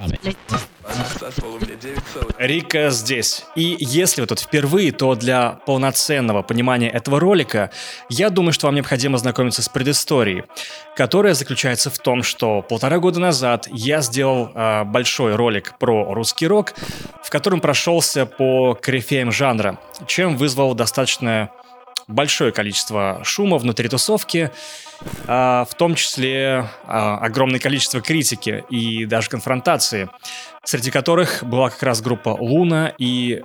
Рика здесь. И если вы тут впервые, то для полноценного понимания этого ролика, я думаю, что вам необходимо ознакомиться с предысторией, которая заключается в том, что 1,5 года назад я сделал большой ролик про русский рок, в котором прошелся по корифеям жанра, чем вызвал достаточно большое количество шума внутри тусовки, в том числе огромное количество критики и даже конфронтации, среди которых была как раз группа Луна и,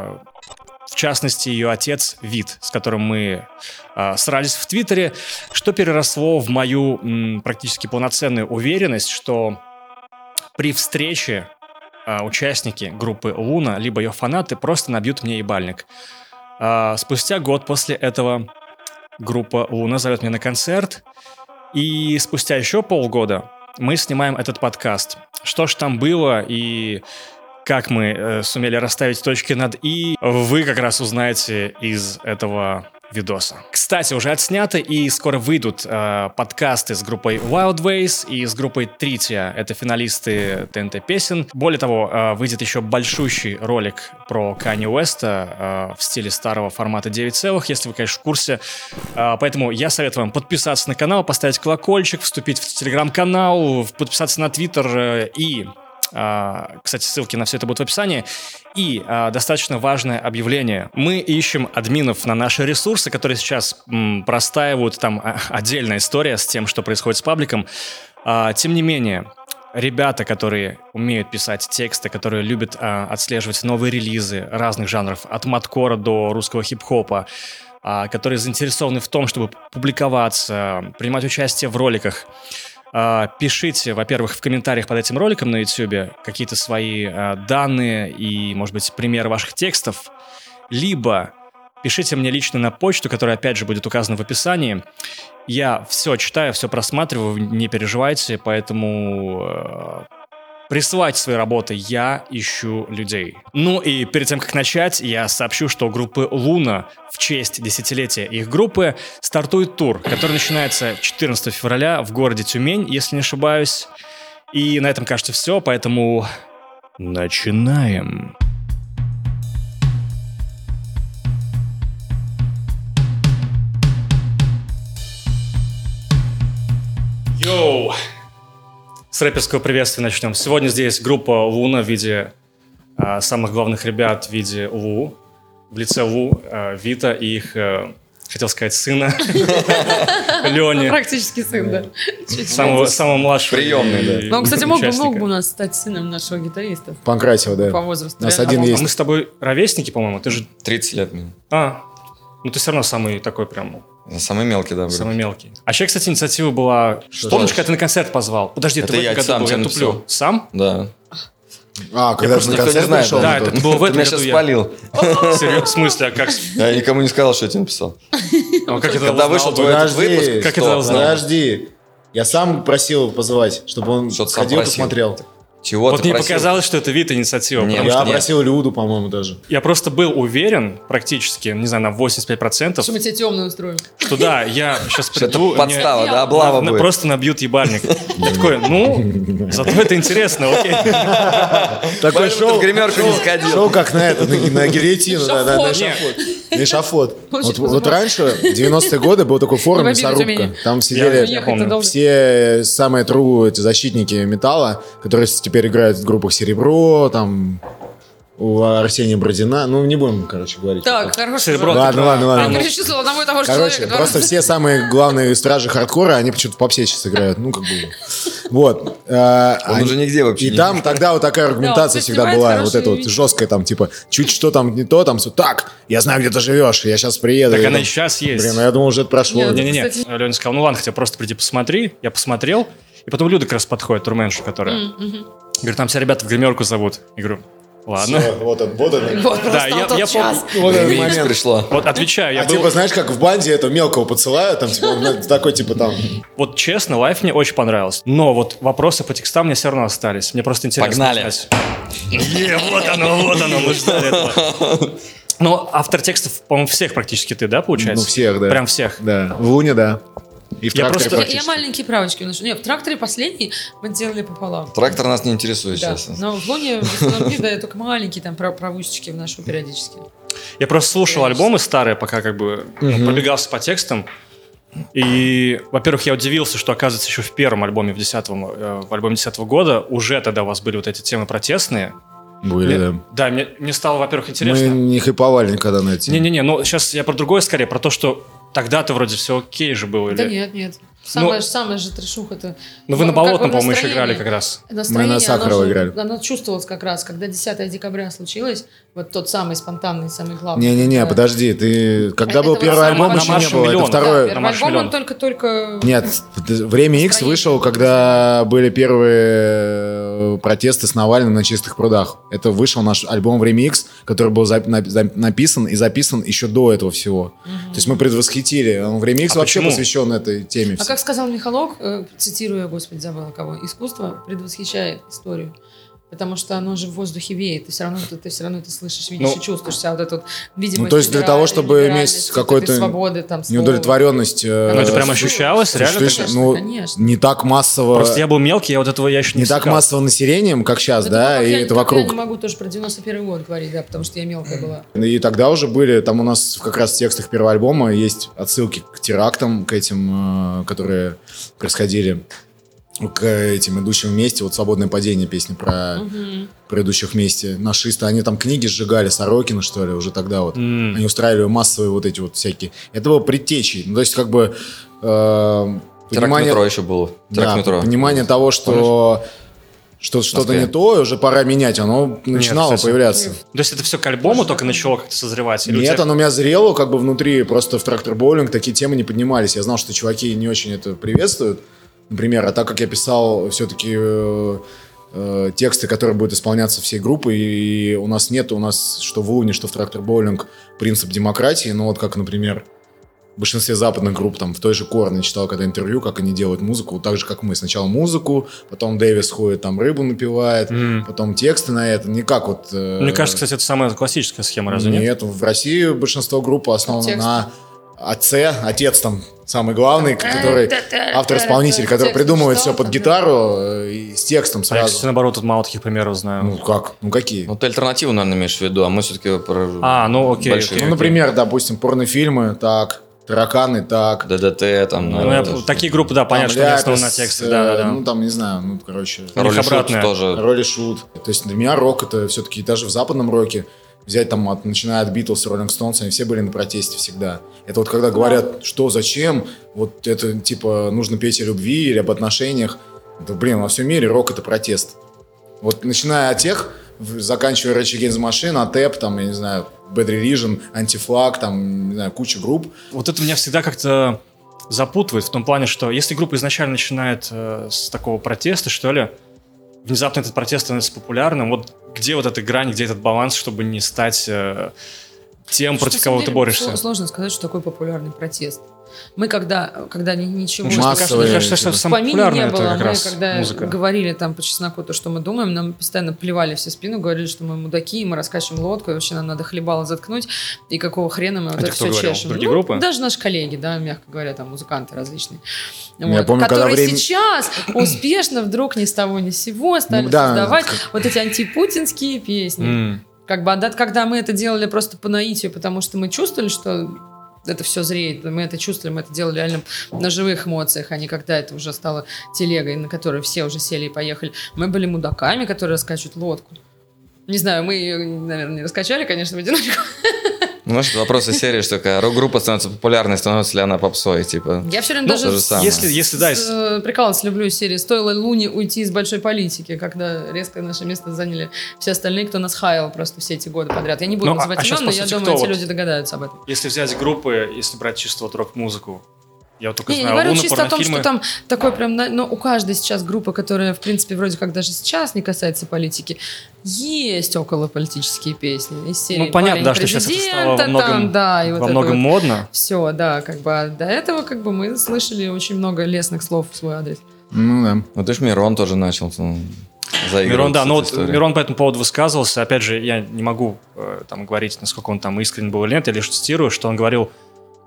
в частности, ее отец Вит, с которым мы срались в Твиттере, что переросло в мою практически полноценную уверенность, что при встрече участники группы Луна, либо ее фанаты просто набьют мне ебальник. Спустя год после этого группа Луна зовет меня на концерт, и спустя еще полгода мы снимаем этот подкаст. Что ж там было и как мы сумели расставить точки над «и», вы как раз узнаете из этого видоса. Кстати, уже отсняты и скоро выйдут подкасты с группой Wild Ways и с группой Трития. Это финалисты ТНТ песен. Более того, выйдет еще большущий ролик про Канье Уэста в стиле старого формата 9 целых, если вы, конечно, в курсе. Поэтому я советую вам подписаться на канал, поставить колокольчик, вступить в телеграм-канал, подписаться на Твиттер и... Кстати, ссылки на все это будут в описании. И достаточно важное объявление. Мы ищем админов на наши ресурсы, которые сейчас простаивают. Там отдельная история с тем, что происходит с пабликом. Тем не менее, ребята, которые умеют писать тексты, которые любят отслеживать новые релизы разных жанров, от маткора до русского хип-хопа, которые заинтересованы в том, чтобы публиковаться, принимать участие в роликах, пишите, во-первых, в комментариях под этим роликом на YouTube какие-то свои данные и, может быть, примеры ваших текстов, либо пишите мне лично на почту, которая, опять же, будет указана в описании. Я все читаю, все просматриваю, не переживайте, поэтому присылайте свои работы, я ищу людей. Ну и перед тем, как начать, я сообщу, что у группы Луна в честь десятилетия их группы стартует тур, который начинается 14 февраля в городе Тюмень, если не ошибаюсь. И на этом, кажется, все, поэтому начинаем. Йоу! С рэперского приветствия начнем. Сегодня здесь группа Луна в виде самых главных ребят, в виде Лу, в лице Лу, Вита и их, хотел сказать, сына Лёни. Практически сын, да. Самого младшего. Приемный, да. Но он, кстати, мог бы у нас стать сыном нашего гитариста. Панкратио, да. По возрасту. У нас один есть. Мы с тобой ровесники, по-моему, ты же... 30 лет мне. Ну ты все равно самый такой прям... Самый мелкий, да. Самый мелкий. А чья, кстати, инициатива была... Помнишь, когда ты на концерт позвал? Подожди, Это ты в этом я году сам был, тебе я туплю. написал. Сам? Да. Когда ты на никто не концерт знает, пришел? Да, это было в Ты этом меня году сейчас я. спалил. Серьезно? В смысле, а как? Я никому не сказал, что я тебе написал. Как это Когда вышел твой этот Подожди. выпуск, Как что? это узнал? Подожди. Я сам просил позывать, чтобы он Что ты сам сходил, просил? посмотрел. Чего Вот ты мне просил? показалось, что это Вита инициатива. Нет. потому Я Нет. просил Люду, по-моему, даже. Я просто был уверен, практически, не знаю, на 85%, Что мы тебе темную устроим. что да, я сейчас Что это приду... мне подстава, да, облава будет. Просто набьют ебальник. Я такой, зато это интересно, окей. Такое Поэтому ты в гримерку не сходил. Шоу как на гильотину, да, на Эшафот. эшафот. На эшафот. Очень Вот раньше, в 90-е годы, был такой форум Не в обиду «Мясорубка». Тюмени. Там Я сидели помню. долго. все самые true эти защитники металла, которые теперь играют в группах «Серебро», там, у Арсения Бородина. Ну, не будем, короче, говорить. Так, хорошо. Серебро. Ладно. Я перечислила одного и того же Короче, человека. просто все самые главные стражи хардкора, они почему-то в попсе сейчас играют. Ну, как бы. Вот. Он уже нигде вообще И не там тогда вот такая аргументация Да, всегда фестиваль была. хороший. Вот это вот жесткая там, типа, чуть что там не то, там, так, я знаю, где ты живешь, я сейчас приеду. Так И она там, и сейчас есть. Блин, ну я думал, уже это прошло. Нет, Не-не-не, Кстати- Леня сказал, ладно, хотя просто приди посмотри. Я посмотрел, и потом Люда как раз подходит, турменша, которая. Говорит, там все ребята в гримерку зовут. Я говорю, ладно. Всё, вот он. Вот, Да, просто тот я час. Вот этот Видишь, момент. пришло. Вот отвечаю, я А был... типа, знаешь, как в банде этого мелкого подсылают, там, типа, он такой, типа, там, Вот честно, лайф мне очень понравился. Но вот вопросы по текстам мне все равно остались. Мне просто интересно. Погнали. узнать. Вот оно, мы ждали этого. Ну, автор текстов, по-моему, всех практически ты, да, получается? ну, всех, да. Прям всех. Да, в Луне, да. И в Я тракторе просто- практически. Я маленькие правочки вношу. Нет, в тракторе последний мы делали пополам. Трактор нас не интересует, Да. честно. Но в Луне в основном, да, я только маленькие там правусечки вношу периодически. Я просто слушал альбомы старые, пока как бы пробегался по текстам. И, во-первых, я удивился, что, оказывается, еще в первом альбоме, в альбоме 10-го года, уже тогда у вас были вот эти темы протестные. Были, да. Да, мне стало, во-первых, Мы интересно. не хайповали никогда на эти. Не-не-не, но сейчас я про другое скорее, про то, что тогда-то вроде все окей же было. Да Или... нет. Самая же трешуха-то... Ну, вы на Болотном, как бы по-моему, еще настроение. играли как раз. Настроение, Мы на Сахарова оно же- играли. Оно чувствовалось как раз, когда 10 декабря случилось, вот тот самый спонтанный, самый главный. Не-не-не, когда- подожди, ты... Когда был Это первый вот альбом, на еще не марше было. Это миллиона. второй... Да, на первый марш альбом, миллион. он только... Нет, время X Настроение вышел, было когда были первые протесты с Навальным на Чистых прудах. Это вышел наш альбом «Время X», который был написан и записан еще до этого всего. То есть мы предвосхитили. «Время X» А вообще почему? посвящен этой теме. А как сказал Михалок, цитируя, господи, забыла кого, искусство предвосхищает историю. Потому что оно же в воздухе веет, ты все равно это слышишь, видишь Ну, и чувствуешь себя вот эту вот видимость. Ну, то есть для того, чтобы либеральность, иметь вот этой какой-то свободы, там, слова. неудовлетворенность. Ну, это прям Слушай, ощущалось, реально? слышишь, так? Конечно, ну, конечно. не так массово... Просто я был мелкий, я вот этого я еще Не так вникал. массово населением, как сейчас, Это да, как и я- это как вокруг. Я не могу тоже про 91 год говорить, да, потому что я мелкая была. И тогда уже были, там у нас как раз в текстах первого альбома есть отсылки к терактам, к этим, которые происходили, к этим «Идущим вместе», вот «Свободное падение», песня про идущих вместе. Нашисты, они там книги сжигали, Сорокина, что ли, уже тогда вот. Они устраивали массовые вот эти вот всякие. Это было предтечей. Ну, то есть, как бы... Теракт метро еще было. Теракт Да, метро. понимание того, что... Что-то Москве. не то, уже пора менять, оно начинало кстати. появляться. То есть это все к альбому только начало как-то созревать? Или у Нет, тебя- оно у меня зрело как бы внутри, просто в «Трактор Боулинг» такие темы не поднимались. Я знал, что чуваки не очень это приветствуют, например, а так как я писал все-таки тексты, которые будут исполняться всей группой, и у нас что в «Луне», что в «Трактор Боулинг» принцип демократии, ну вот как, например, в большинстве западных групп, там, в той же Корн я читал когда интервью, как они делают музыку, вот так же, как мы. Сначала музыку, потом Дэвис ходит, там, рыбу напевает, потом тексты на это. Не как вот... Мне кажется, кстати, это самая классическая схема, разве нет? Нет, в России большинство групп основано Текст. на отец там самый главный, который автор-исполнитель, который Текст придумывает читал, все под да. гитару и с текстом А я, кстати, сразу. наоборот, тут мало таких примеров знаю. Ну как? Ну какие? Ну, ты альтернативу, наверное, имеешь в виду, а мы все-таки про Ну окей. большие. Ну, например, допустим, порнофильмы, так, тараканы, так. ДДТ, там, Ну, наверное, такие группы, да, понятно, там, что они Ляпис, основаны на тексте. Да. Ну, там, не знаю, ну, короче... них Роли Шут обратное. тоже. Роли шут. То есть для меня рок это все-таки даже в западном роке взять там, начиная от Битлз, Роллинг Стоунс, они все были на протесте всегда. Это вот когда говорят, что, зачем, вот это типа нужно петь о любви или об отношениях. Да, блин, во всем мире рок это протест. Вот начиная от тех, заканчивая Rage Against the Machine, АТЭП, там, я не знаю, Bad Religion, Антифлаг, там, не знаю, куча групп. Вот это меня всегда как-то запутывает в том плане, что если группа изначально начинает с такого протеста, что ли, внезапно этот протест становится популярным, вот где вот эта грань, где этот баланс, чтобы не стать тем, против кого ты борешься? Сложно сказать, что такой популярный протест. Мы когда ничего... Мне Массовые, кажется, что типа. самое В помине популярное не это было. как Мы раз когда музыка. говорили там по чесноку то, что мы думаем, нам постоянно плевали все в спину, говорили, что мы мудаки, мы раскачиваем лодку, и вообще нам надо хлебало заткнуть, и какого хрена мы вот Это это кто все говорил? чешем. Другие группы? Даже наши коллеги, да, мягко говоря, там музыканты различные. Я помню, когда которые время- сейчас успешно вдруг ни с того ни с сего стали Ну да, создавать как- вот эти антипутинские песни. Как бы, когда мы это делали просто по наитию, потому что мы чувствовали, что это все зреет, мы это чувствовали, мы это делали реально на живых эмоциях, а не когда это уже стало телегой, на которой все уже сели и поехали. Мы были мудаками, которые раскачивают лодку. Не знаю, мы ее, наверное, не раскачали, конечно, в одиночку. Ну, может, вопрос из серии, что такая рок-группа становится популярной, становится ли она попсой, типа. Я все время Ну, даже то же самое. Если да, прикалываться люблю из серии «Стоило Луне уйти из большой политики», когда резко наше место заняли все остальные, кто нас хаял просто все эти годы подряд. Я не буду Ну, называть а щас, имен, по но я сути, думаю, кто эти вот? люди догадаются об этом. если взять группы, если брать чисто вот рок-музыку, я вот только Не, я не знаю говорю Луну, чисто о том, порнофильмы. что там такой прям... Но у каждой сейчас группы, которая, в принципе, вроде как даже сейчас не касается политики, есть околополитические песни из серии Ну, понятно, «Парень да, что сейчас это стало президента», во многом, там, да, и вот во это многом вот модно. все, да, как бы. А до этого как бы мы слышали очень много лестных слов в свой адрес. Ну да. Ну, ты ж Мирон тоже начал заигрывать. Мирон, да, с но этой вот историей. Мирон по этому поводу высказывался. Опять же, я не могу там говорить, насколько он там искренен был или нет, я лишь цитирую, что он говорил: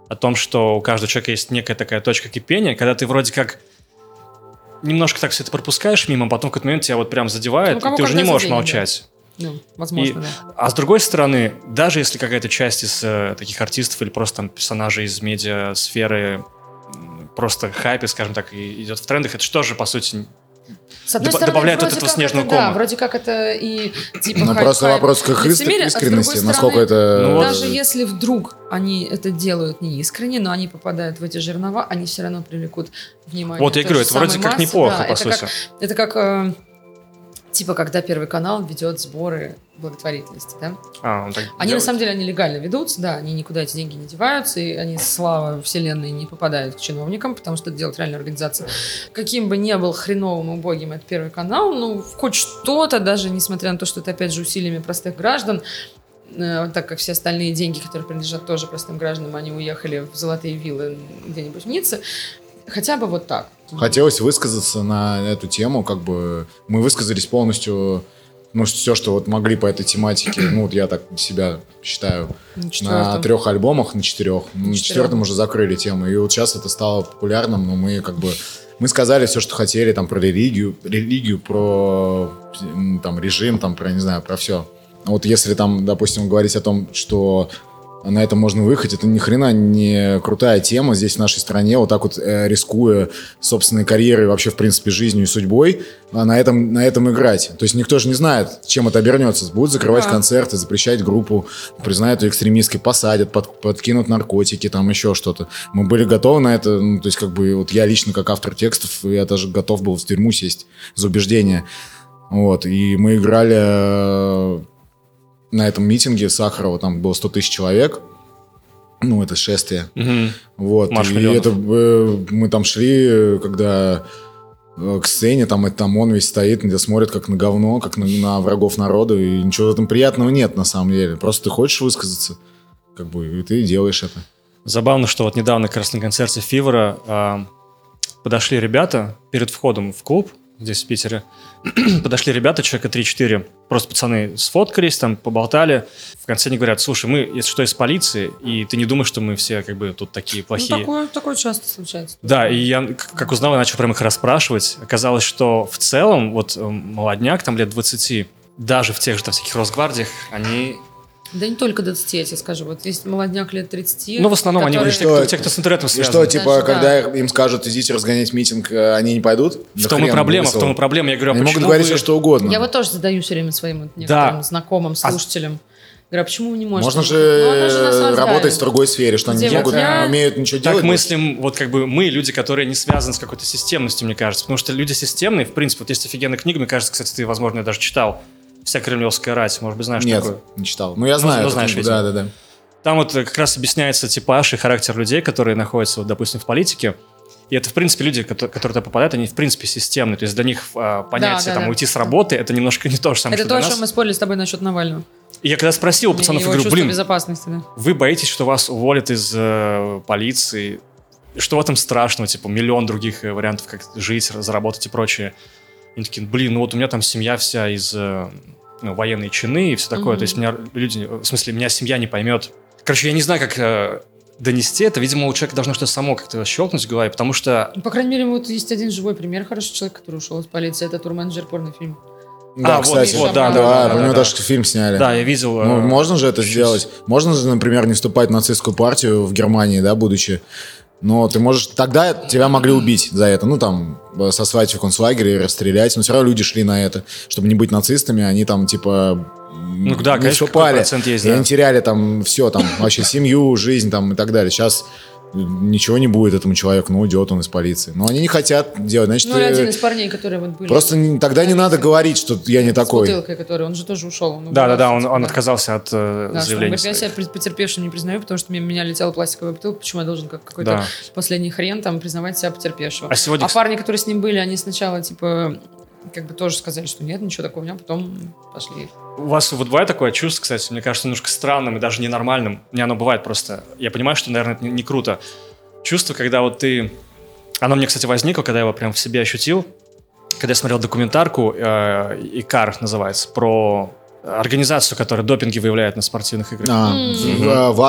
о том, что у каждого человека есть некая такая точка кипения, когда ты вроде как немножко так все это пропускаешь мимо, а потом в какой-то момент тебя вот прям задевает, и ты уже не можешь молчать. Ну, возможно, да. А с другой стороны, даже если какая-то часть из таких артистов или просто там персонажей из медиасферы просто хайпе, скажем так, и идет в трендах, это что же, по сути, с одной стороны, добавляет вот этого снежного кома. Да, вроде как это и типа Ну, просто вопрос к их искренности, насколько это... Даже если вдруг они это делают не искренне, но они попадают в эти жернова, они все равно привлекут внимание. Вот я говорю, это вроде как неплохо, по сути. Это как... Типа, когда Первый канал ведет сборы благотворительности, да? Они, на самом деле, они легально ведутся, да, они никуда эти деньги не деваются, и они, слава вселенной, не попадают к чиновникам, потому что это делает реальная организация. Каким бы ни был хреновым, убогим этот Первый канал, ну, хоть что-то, даже несмотря на то, что это, опять же, усилиями простых граждан, так как все остальные деньги, которые принадлежат тоже простым гражданам, они уехали в золотые виллы где-нибудь в Ницце, хотя бы вот так. Хотелось высказаться на эту тему, как бы мы высказались полностью, ну, все, что вот могли по этой тематике, ну, вот я так себя считаю, на 3 альбомах, на 4. На 4 уже закрыли тему, и вот сейчас это стало популярным, но мы как бы, мы сказали все, что хотели, там, про религию, про там, режим, там, про, не знаю, про все. Вот если там, допустим, говорить о том, что на это можно выехать, это ни хрена не крутая тема здесь, в нашей стране, вот так вот рискуя собственной карьерой, вообще, в принципе, жизнью и судьбой, на этом играть. То есть никто же не знает, чем это обернется. Будут закрывать концерты, запрещать группу, признают ее экстремистской, посадят, подкинут наркотики, там еще что-то. Мы были готовы на это, ну, то есть как бы вот я лично, как автор текстов, я даже готов был в тюрьму сесть за убеждения. Вот, и мы играли... На этом митинге Сахарова там было 100 тысяч человек. Ну, это шествие. Вот. И это мы там шли, когда к сцене, там этот ОМОН весь стоит, где смотрит как на говно, как на врагов народа. И ничего в этом приятного нет, на самом деле. Просто ты хочешь высказаться, как бы, и ты делаешь это. Забавно, что вот недавно как раз на концерте Фивера подошли ребята перед входом в клуб здесь, в Питере. Подошли ребята, человека 3-4, просто пацаны сфоткались, там поболтали. В конце они говорят: слушай, мы, если что, из полиции, и ты не думаешь, что мы все как бы тут такие плохие. Ну, такое часто случается. Да, и я, как узнал, я начал прям их расспрашивать. Оказалось, что в целом, вот молодняк, там лет 20, даже в тех же там всяких Росгвардиях, они... Да не только до 20, я тебе скажу. Вот есть молодняк лет 30. Ну, в основном они были те, кто с интернетом связан. И что, типа, когда им скажут, идите разгонять митинг, они не пойдут? В том и проблема. Я говорю, они могут говорить все, что угодно. Я вот тоже задаю все время своим некоторым знакомым, слушателям. Говорю, а почему вы не можете? Можно же работать в другой сфере, что они не умеют ничего делать. Так мыслим, вот как бы мы, люди, которые не связаны с какой-то системностью, мне кажется. Потому что люди системные, в принципе, вот есть офигенная книга, мне кажется, кстати, ты, возможно, даже читал. «Вся кремлевская рать», может быть, знаешь такое? Нет, не читал. Ну, я знаю. Знаешь, да. Там вот как раз объясняется типаж и характер людей, которые находятся, вот, допустим, в политике. И это, в принципе, люди, которые туда попадают, они, в принципе, системные. То есть для них понятие уйти с работы, это немножко не то же самое, это что для нас. Это то, о чем мы спорили с тобой насчет Навального. И я когда спросил у пацанов, я говорю, блин, безопасности, да. Вы боитесь, что вас уволят из полиции? Что в этом страшного? Типа, миллион других вариантов, как жить, заработать и прочее. Они такие, блин, ну вот у меня там семья вся из... военные чины и все такое. То есть меня семья не поймет. Короче, я не знаю, как донести это. Видимо, у человека должно что-то само как-то щелкнуть в голове, потому что... По крайней мере, вот есть один живой пример хороший человек, который ушел из полиции. Это турменеджер, порнофильм. Да, кстати. Да, про него даже фильм сняли. Да, я видел. Ну, можно же это сделать. Можно же, например, не вступать в нацистскую партию в Германии, да, будучи... Но ты можешь... Тогда тебя могли убить за это. Ну, там, сослать в концлагерь и расстрелять. Но все равно люди шли на это. Чтобы не быть нацистами, они там, типа... Ну, да, не вступали. Есть, и они теряли там все, там, вообще семью, жизнь там и так далее. Сейчас ничего не будет этому человеку, ну, уйдет он из полиции. Но они не хотят делать, значит... Ну, и один из парней, которые вот были... Просто тогда не надо говорить, что я не такой. С бутылкой, который, он же тоже ушел. Да, он отказался от заявления. Я себя потерпевшим не признаю, потому что меня летела пластиковая бутылка, почему я должен как какой-то последний хрен там признавать себя потерпевшего. А парни, которые с ним были, они сначала, типа... как бы тоже сказали, что нет, ничего такого, а потом пошли. У вас вот бывает такое чувство, кстати, мне кажется, немножко странным и даже ненормальным. У меня оно бывает просто. Я понимаю, что, наверное, это не круто. Чувство, когда вот ты... Оно мне, кстати, возникло, когда я его прям в себе ощутил. Когда я смотрел документарку, «Икар» называется, про организацию, которая допинги выявляет на спортивных играх. ВАДА.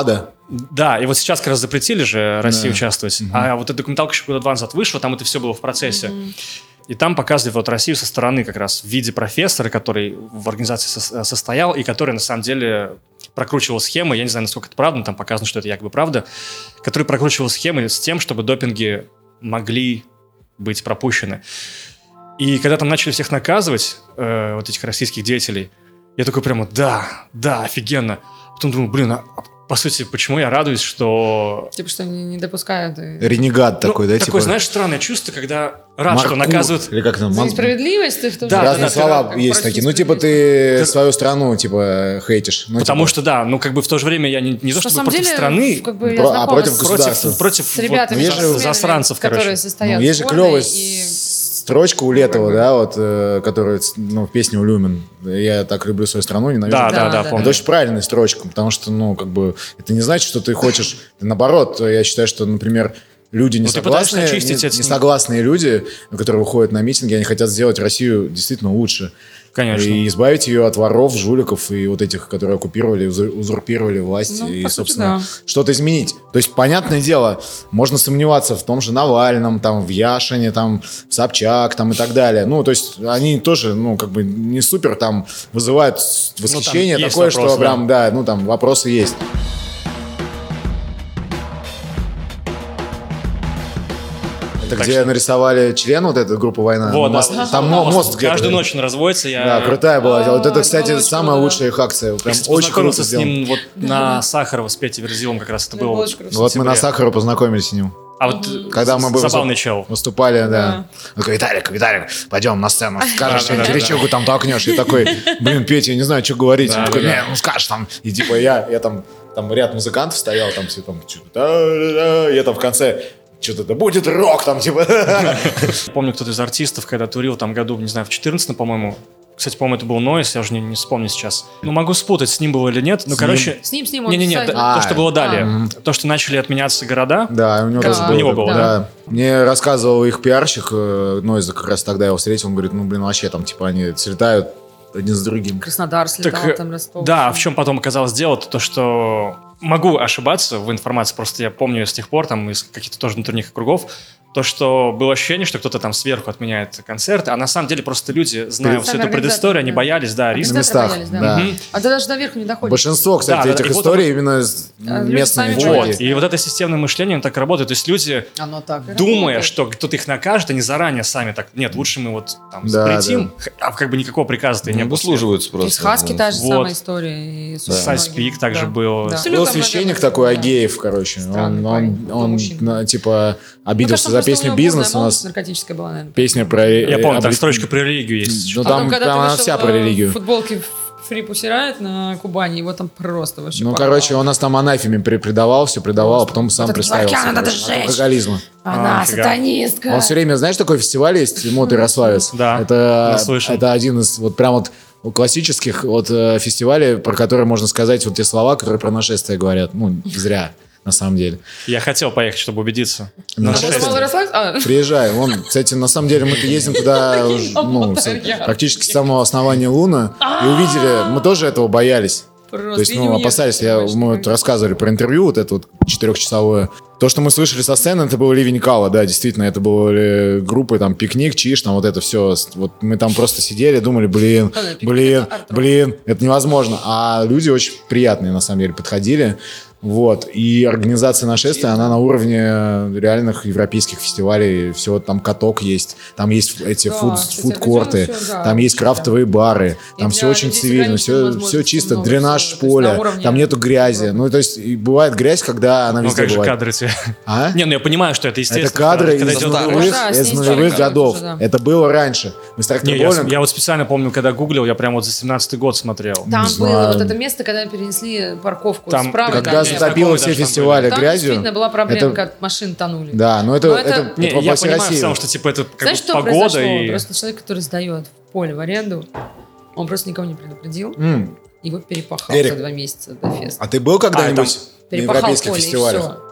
Да, и вот сейчас как раз запретили же Россию Да. участвовать. А вот эта документалка еще года 2 назад вышла, там это все было в процессе. И там показывали вот Россию со стороны как раз в виде профессора, который в организации состоял, и который на самом деле прокручивал схемы, я не знаю, насколько это правда, но там показано, что это якобы правда, который прокручивал схемы с тем, чтобы допинги могли быть пропущены. И когда там начали всех наказывать, вот этих российских деятелей, я такой прямо, да, офигенно. Потом думаю, блин, по сути, почему я радуюсь, что... Типа, что не допускают. Ренегат такой, да? Такое, типа... знаешь, странное чувство, когда рад, что Маркур, наказывают... Или как там? За несправедливость ты в том Да, числе. Разные да, слова Как есть против такие. Ну, типа, ты свою страну, типа, хейтишь. Ну, Потому типа, что, да, ну, как бы в то же время я не то, На чтобы самом против деле, страны, как бы я Про- знакома против с- государства. против с ребятами, есть же спортсменами, засранцев, короче. которые состоят ну, есть же в сборной, клевая и- строчка у Летова, да, вот, которая, ну, в песне у Люмен. Я так люблю свою страну, ненавижу. Да, Да, да. помню. Это очень правильная строчка, потому что, ну, как бы, это не значит, что ты хочешь... Наоборот, я считаю, что, например, люди ты пытаешься несогласные, очистить эти- несогласные люди, которые выходят на митинги, они хотят сделать Россию действительно лучше. Конечно. И избавить ее от воров, жуликов и вот этих, которые оккупировали, узурпировали власть Ну, и, по сути, собственно, да. что-то изменить. То есть, понятное дело, можно сомневаться в том же Навальном, там, в Яшине, там, в Собчак, там, и так далее. Ну, то есть, они тоже, ну, как бы не супер там вызывают восхищение есть такое, вопросы, что прям, да, ну, там, вопросы есть. Это Так где что- нарисовали член вот этой группы «Война». Вот, Мост- да. Там мост где-то. Каждую ночь он разводится, я... Да, крутая была. Вот это, это кстати, очень самая круто. лучшая их акция. Я, Прям кстати, очень круто познакомился с сделано. ним вот на Сахарова с Петей Верзилом как раз это Да, было. очень круто. Вот мы на сентябре. Сахару познакомились с ним. А вот Когда мы были забавный чел. выступали, да. Он такой, Виталик, пойдем на сцену, скажешь, Да, да, да, речугу там толкнешь. И такой, блин, Петя, я не знаю, что говорить. Да, Он такой, да, не, ну скажешь там. И типа я там ряд музыкантов стоял, там все там, что-то, да-да-да. Я там в конце, что-то, да будет рок, там, типа. Помню, кто-то из артистов, когда турил там году, не знаю, в 14-м, по-моему. Кстати, по-моему, это был Нойс, я уже не вспомню сейчас. Ну, могу спутать, с ним было или нет. Ну, С короче... С ним он Не-не-не, сайт- то, что было далее. То, что начали отменяться города. Да, у него Да. тоже У него такое, было, да. Мне рассказывал их пиарщик, Нойза, как раз тогда я его встретил, он говорит, ну, блин, вообще там, типа, они слетают один за другим. Краснодар слетал, Так, там Ростов. да, в чем потом оказалось дело, то что могу ошибаться в информации, просто я помню с тех пор, там, из каких-то тоже внутренних кругов, то, что было ощущение, что кто-то там сверху отменяет концерты, а на самом деле просто люди, зная всю Сами эту предысторию, они организаторы, да. боялись, да, риска. На местах, боялись, да. да. Мгм. А ты даже наверху не доходишь. Большинство, кстати, Да, да, этих и вот историй именно люди местные сами чуваки. Вот. И вот это системное мышление, оно так работает. То есть люди, Оно так и думая, работает. что кто-то их накажет, они заранее сами так, нет, лучше мы вот там Да, запретим, а как бы никакого приказа-то и не Не было. обуслуживаются И просто. с Хаски та же Вот. самая история. И с Сайспик также Да. был. Да. Был священник такой, Агеев, короче. Странный парень, мужчина. Типа, Мне обиделся кажется, за просто песню у него «Бизнес». У бурная нас молодость наркотическая была, наверное. песня про... Я помню, там строчка про религию есть. Ну, А потом, там когда ты она вышел вся про религию. в футболке Фри Пусирает на Кубани, его там просто вообще Ну, порвало. короче, он нас там анафеме предавал, все предавал, а потом сам Вот это представился. Варкяна надо короче, от сжечь. алкоголизма. Она нифига. сатанистка. Он все время, знаешь, такой фестиваль есть, «Мод и Ярославец». Да, Это, наслышан. это один из вот прям вот классических вот фестивалей, про которые можно сказать вот те слова, которые про нашествие говорят. Ну, зря, на самом деле. Я хотел поехать, чтобы убедиться. На На Что, нашествие. Малый Ярославец? А, Приезжай. Вон, кстати, на самом деле мы-то ездим туда уже, ну, Молодая. практически с самого основания Луна. И увидели, мы тоже этого боялись. просто То есть, иди ну, уехать, опасались. понимаешь, Мы вот рассказывали про интервью, вот это вот 4-часовое. То, что мы слышали со сцены, это был Ливень Кала, да, действительно, это были группы, там, Пикник, Чиш, там, вот это все. Вот мы там просто сидели, думали, блин, Да, «Пикник» это арт-рок. это невозможно. А люди очень приятные, на самом деле, подходили. Вот. И организация нашествия, она на уровне реальных европейских фестивалей. Все, там каток есть, там есть эти Да, кстати, фудкорты, определенно всё, да, там есть очень, крафтовые бары, И там для все очень людей с цивильно, ограниченными все возможностями чисто, много дренаж всего. То есть поля, на уровне там нету грязи. Европы. Ну, то есть и бывает грязь, когда она Ну, везде как же бывает. кадры тебе? А? Не, ну я понимаю, что это естественно. Это кадры когда из идет старых. нулевых, Да, из с нулевых историками годов. тоже, да. Это было раньше. Мы с Не, Трактор я Боулинг... вот специально помню, когда гуглил, я прям вот за 17-й год смотрел. Там Не было знаю. вот это место, когда перенесли парковку Там, справа. Когда я затопило знакомый все даже там фестивали там грязью... действительно была проблема, это- когда машины тонули. Да, но это, Но это, это- Не, это я по всей понимаю в России. целом, что типа это как Знаешь, бы что погода произошло? и... Просто человек, который сдает в поле в аренду, он просто никого не предупредил, его перепахал Эрик. за 2 месяца до феста. А ты был когда-нибудь на Перепахал европейских поле, и фестивалях? все.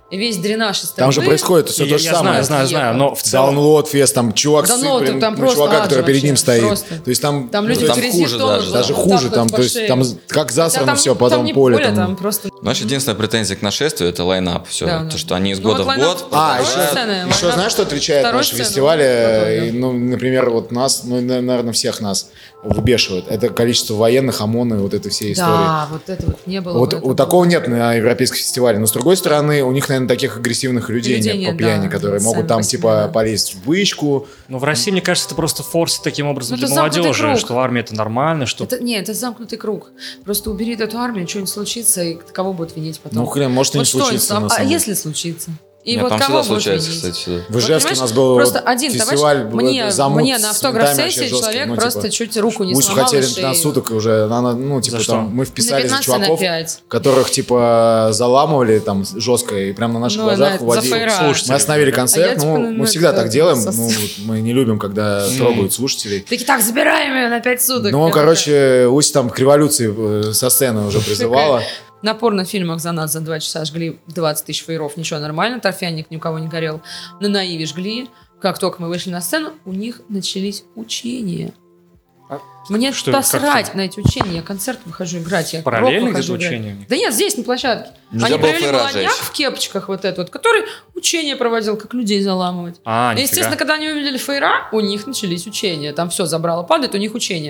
И весь дренаж из Там же происходит все то же самое. Я знаю, но в целом... Download фест, там чувак Download, сыплет там на просто чувака, ад который же перед ним вообще, стоит. просто. То есть там люди там через хуже Ньютона даже. даже вот хуже, так там, вот по то есть шее. там как засрано Там все, не- потом там не поле. поле, там. там просто... Значит, единственная претензия к нашествию — это лайнап. Все. Да, То, да. что они из Ну, года вот в лайнап- год А, продолжают. сцена, еще знаешь, что отличает Второй наши сцены, фестивали? готовы, да. Ну, например, вот нас, ну, наверное, всех нас выбешивает. Это количество военных, ОМОНа, вот этой всей истории. Да, вот это вот не было. Вот, бы, это вот было. такого нет на европейских фестивалях. Но с другой стороны, у них, наверное, таких агрессивных людей Людей нет по нет, пьяни, да, которые сами могут там, по себе, типа, да. полезть в бычку. Ну, в России, мне кажется, это просто форсит таким образом Ну, для это замкнутый молодежи, круг. что в армии это нормально, что... Нет, это замкнутый круг. Просто убери эту армию, что-нибудь случится, и кого будут винить потом? Ну, хрен, может и Вот не что случится. там? на А самом деле. если случится? И Нет, вот там кого всегда будут случается, винить? кстати, сюда. В Ижевске понимаешь, у нас был просто вот один фестиваль, товарищ замут мне на с автограф-сессии ментами вообще человек жесткий, ну, просто типа, чуть руку не Мы сломал хотели и 15 шею. суток уже, ну, типа, За что? там, мы вписались за 15 чуваков, на 5. которых, типа, заламывали там жестко и прям на наших Ну, глазах за уводили. фейра. Слушайте, Мы остановили А я, концерт, типа, мы ну, всегда это так делаем, сос- ну, вот мы не любим, когда трогают слушателей. Такие, так, забираем ее на 5 суток. Ну, Я короче, Усть там к революции со сцены уже призывала. такая, на порнофильмах за нас за 2 часа жгли 20 тысяч фейров. Ничего, нормально, торфяник ни у кого не горел. На Наиве жгли. Как только мы вышли на сцену, у них начались учения. А Мне что, посрать как на эти учения. Я концерт выхожу играть. Я Параллельно рок выхожу где-то играть. учения у них? Да нет, здесь, на площадке. Нельзя Они было привели фейра молодняк жечь. в кепочках вот этот вот, который учения проводил, как людей заламывать. А, И, нифига. естественно, когда они увидели фейра, у них начались учения. Там все забрало, падает, у них учения.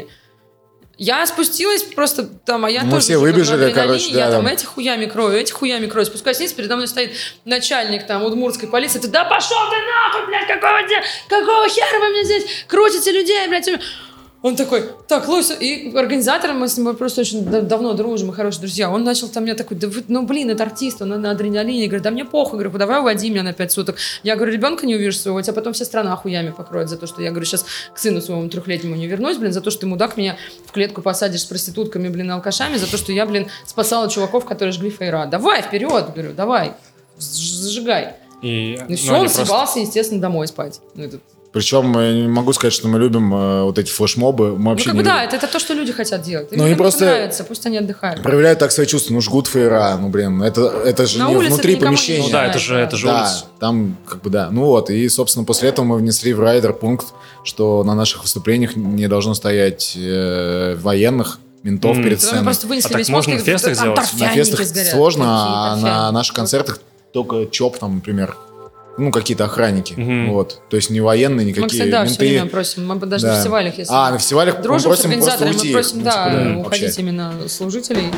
Я спустилась просто там, а я Мы тоже все же как выбежали, на адреналине, короче, да, я там там. этих хуями крою. Спускаюсь вниз, передо мной стоит начальник там удмуртской полиции. Ты, да пошел ты нахуй, блядь, какого хера вы мне здесь крутите людей, блядь. Он такой, так, Луся, и организатором мы с ним просто очень давно дружим, мы хорошие друзья. Он начал там мне такой, да вы, ну блин, это артист, он на адреналине. Говорит, да мне похуй, говорю, давай уводи меня на 5 суток. Я говорю, ребенка не увидишь своего, тебя потом вся страна хуями покроет за то, что я, говорю, сейчас к сыну своему 3-летнему не вернусь, блин, за то, что ты, мудак, меня в клетку посадишь с проститутками, блин, алкашами, за то, что я, блин, спасала чуваков, которые жгли фейра. Давай, вперед, говорю, давай, зажигай. И, И все, ну, он они просто- съебался, естественно, домой спать. Ну, это... Причем я не могу сказать, что мы любим вот эти флешмобы. Мы Ну, вообще как не бы да, любим. это то, что люди хотят делать. Ну, они Им просто- нравится, пусть они отдыхают. Проявляют так свои чувства, ну жгут фейра, ну блин, это же На не улице внутри это никому не помещения. Ну да, мешает, это же Да, улица. там как бы да. Ну вот, и, собственно, после этого мы внесли в райдер пункт, что на наших выступлениях не должно стоять военных, ментов перед Тогда мы сценой. просто вынесли А так весь можно мозг, на фестах там сделать? На торфяники фестах сгорят. сложно, Какие а на торфяники? наших концертах только ЧОП там, например. Ну, какие-то охранники. Мгм. Вот. То есть не военные, Мы, никакие кстати, да, все менты. время просим. Мы даже Да. на фестивалях, если А, на фестивалях мы дружим с просим просто организаторами, уйти. мы просим, ну, да, типа, уходить вообще. именно служителей.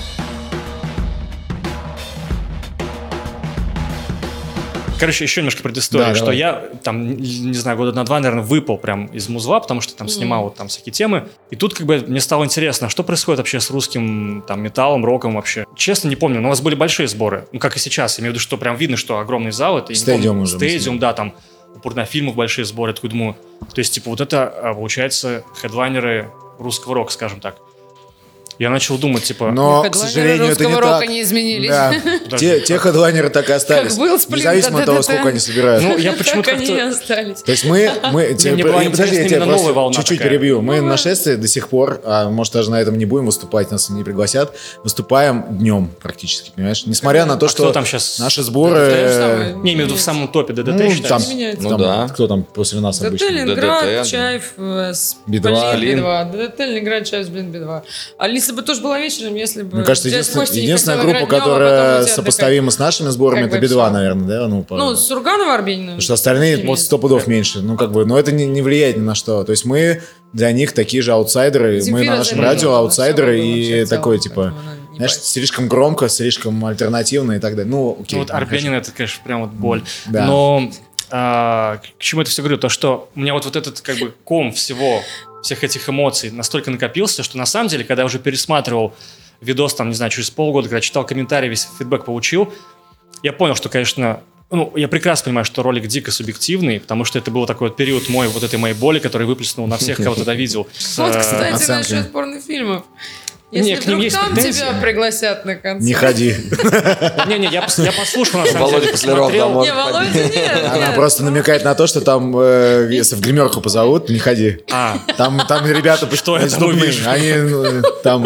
Короче, еще немножко предыстории, Да, что давай. я там, не знаю, года на 2, наверное, выпал прям из музла, потому что там снимал вот там всякие темы. И тут как бы мне стало интересно, а что происходит вообще с русским там металлом, роком вообще. Честно, не помню, но у вас были большие сборы. Ну, как и сейчас. Я имею в виду, что прям видно, что огромный зал. Это, я не Стадиум помню, уже мы Стадиум, да, там у порнофильмов большие сборы. Я такой думаю, то есть, типа, вот это, получается, хедлайнеры русского рока, скажем так. Я начал думать, типа... Но, к Хедлайнеры сожалению, это не русского рока так. не изменились. Да. Подожди, Те хедлайнеры так и остались. Как был сплин, Независимо от того, да-да-да. сколько они собирают. Ну, я почему-то Так они и как-то... остались. То есть мы мне была интересна я тебя именно новая волна чуть-чуть такая. перебью. Мы на шествии до сих пор, а может даже на этом не будем выступать, нас не пригласят, выступаем днем практически, понимаешь? Несмотря на то, А что кто там сейчас? наши То же сборы... самое. Не, имею в виду в самом топе ДДТ Ну, считается? там, Не меняется. Ну там да. кто там после нас ДДТ обычно? Ленинград, ДДТ, Чаев, Би-2. Блин, Би-2. ДДТ Ленинград, Чаев, блин, Би-2. А если бы тоже была вечером, если бы... Мне кажется, дядя Костя не единственная хотел группа, играть днем, а потом которая уйти сопоставима с нашими сборами, Как это бы Би-2, всё. наверное, да? Ну, Ну, Сурганова, Арбенина. потому что остальные вот 100 пудов меньше. Ну, как бы, но это не влияет ни на что. То есть мы для них такие же аутсайдеры. Мы Земфира на нашем заменила, радио она аутсайдеры всё было вообще и в целом, такое, типа, поэтому она не знаешь, парится. слишком громко, слишком альтернативно и так далее. Ну, окей. Ну, вот там, Арбенин, это, конечно, прям вот боль. Да. Но к чему это все говорю? То, что у меня вот этот как бы ком всех этих эмоций настолько накопился, что на самом деле, когда я уже пересматривал видос, там, не знаю, через полгода, когда читал комментарии, весь фидбэк получил, я понял, что, конечно, ну, я прекрасно понимаю, что ролик дико субъективный, потому что это был такой вот период вот этой моей боли, который выплеснул на всех, кого тогда видел. Вот, кстати, оценками. насчет порнофильмов. Если Не, к ним вдруг есть там претензии. тебя пригласят на концерт. Не ходи. Не-не, я послушал, на самом Володя деле, Посляров, посмотрел. да, может. Не, Володя, нет. Она нет. просто намекает на то, что там, если в гримерку позовут, не ходи. А, Там ребята Что я из там Дубны, увижу? они там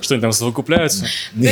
Что они там совокупляются? Да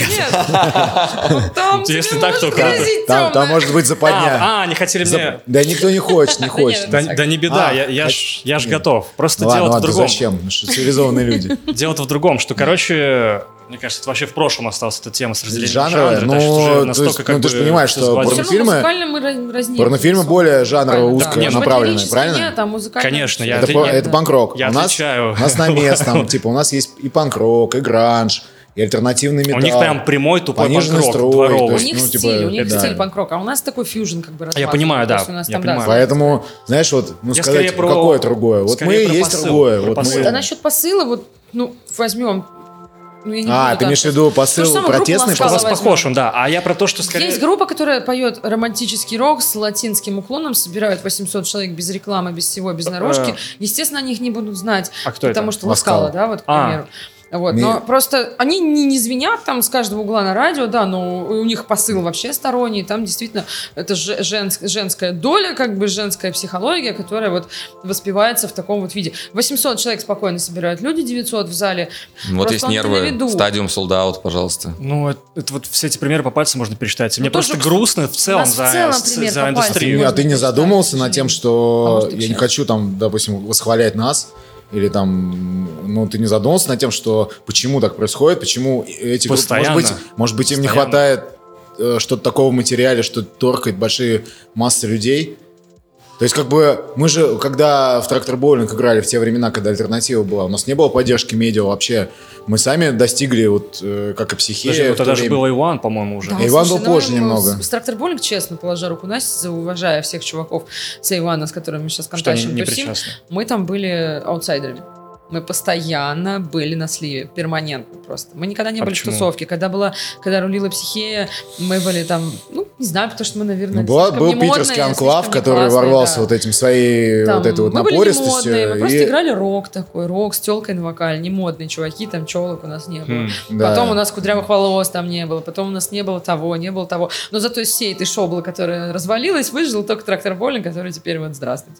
нет. Там Если тебе так, можно то грозить, Там Тёма. может быть западня. Они хотели мне... Да никто не хочет, не хочет. нет. Да не беда, А, я ж готов. Просто Ладно, дело-то в ладно, другом. зачем? Ну что, цивилизованные люди. Дело-то в другом, что, короче, мне кажется, это вообще в прошлом осталась эта тема с разделением Жанровая, жанра. да, что уже ну, настолько, как ты же бы, понимаешь, всё что сгладилось. Всё равно порнофильмы- музыкально мы разним. Порнофильмы более жанрово Музыкально, узко Нет, направленные, материнческий правильно? нет, а музыкально Конечно, всё. я Это, отвечаю. это панк-рок. Я у нас отвечаю. на мест, там, типа, у нас есть и панк-рок, и гранж, и альтернативный металл. У них прям прямой тупой пониженный панк-рок, строй, дворовый. то У есть, них ну, стиль, типа, у них да. стиль панк-рока, а у нас такой фьюжн как бы Я понимаю, да, То есть у нас я там, понимаю. Поэтому, знаешь, вот, ну, Я сказать, скорее про- какое другое. Вот мы скорее про есть посыл, другое. про Вот посыл. мы... А насчет посыла, вот, ну, возьмем... Ну, я не буду ты там имеешь в сейчас. виду То же посыл самое, группу протестный? У вас Москва возьмем. похож он, да. А я про то, что скорее... Есть группа, которая поет романтический рок с латинским уклоном, собирают 800 человек без рекламы, без всего, без наружки. Естественно, они их не будут знать, А кто потому это? что Ласкала, да, вот, к примеру. Вот, но просто они не звенят там с каждого угла на радио, да, но у них посыл вообще сторонний, там действительно это женская доля, как бы женская психология, которая вот воспевается в таком вот виде. 800 человек спокойно собирают люди, 900 в зале. Вот Просто есть он не на нервы. виду. Стадиум солдаут, пожалуйста. Ну, это вот все эти примеры по пальцам можно пересчитать. Мне тоже просто грустно в целом нас в за целом пример за по пальцам. индустрию. Можно А ты не представить, задумывался к над тем, сожалению. А что может, и я не к хочу там, допустим, восхвалять нас, или там, ну, ты не задумывался над тем, что почему так происходит, почему эти группы, Постоянно. может быть, им не Постоянно. хватает что-то такого в материале, что торкает большие массы людей. То есть, как бы, мы же, когда в Трактор Боулинг играли в те времена, когда альтернатива была, у нас не было поддержки медиа вообще. Мы сами достигли, вот, как и психея. Даже, в то тогда же время. был Иван, по-моему, уже. Да, Иван слушай, был позже ну, немного. С Трактор Боулинг, честно, положа руку на сердце, уважая всех чуваков с Ивана, с которыми мы сейчас Что они контактим, не тусим, причастны. мы там были аутсайдерами. Мы постоянно были на сливе, перманентно просто. Мы никогда не были почему? в тусовке. Когда рулила психея, мы были там, ну, не знаю, потому что мы, наверное, Ну, был слишком немодные, питерский анклав, слишком который неклассные, ворвался да. вот этим своей Там вот этой вот мы были напористостью. не модные, мы просто и- играли рок такой, рок с телкой на вокале, не модные чуваки, там челок у нас не было. Да. Потом у нас кудрявых волос там не было, потом у нас не было того. Но зато из всей этой шоблы, которая развалилась, выжил только Трактор Боулинг, который теперь вот здравствуйте.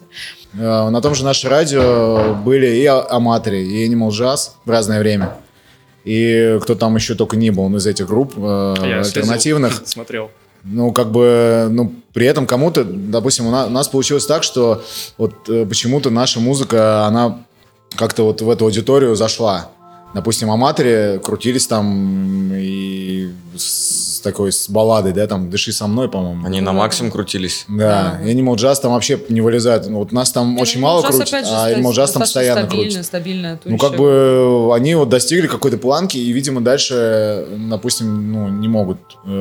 На том же наше радио были и Аматори, и Animal Jazz в разное время. И кто там еще только не был, из этих групп Я альтернативных. следил, смотрел. Ну, как бы, ну, при этом кому-то, допустим, у нас получилось так, что вот почему-то наша музыка, она как-то вот в эту аудиторию зашла. Допустим, Аматори крутились там и с балладой, да, там «Дыши со мной», по-моему. Они на максимум крутились. Да, и Animal Jazz там вообще не вылезает. Ну, вот нас там очень мало крутит, а Animal Jazz там постоянно крутит. Стабильная Ну, как бы они вот достигли какой-то планки, и, видимо, дальше, допустим, ну, не могут.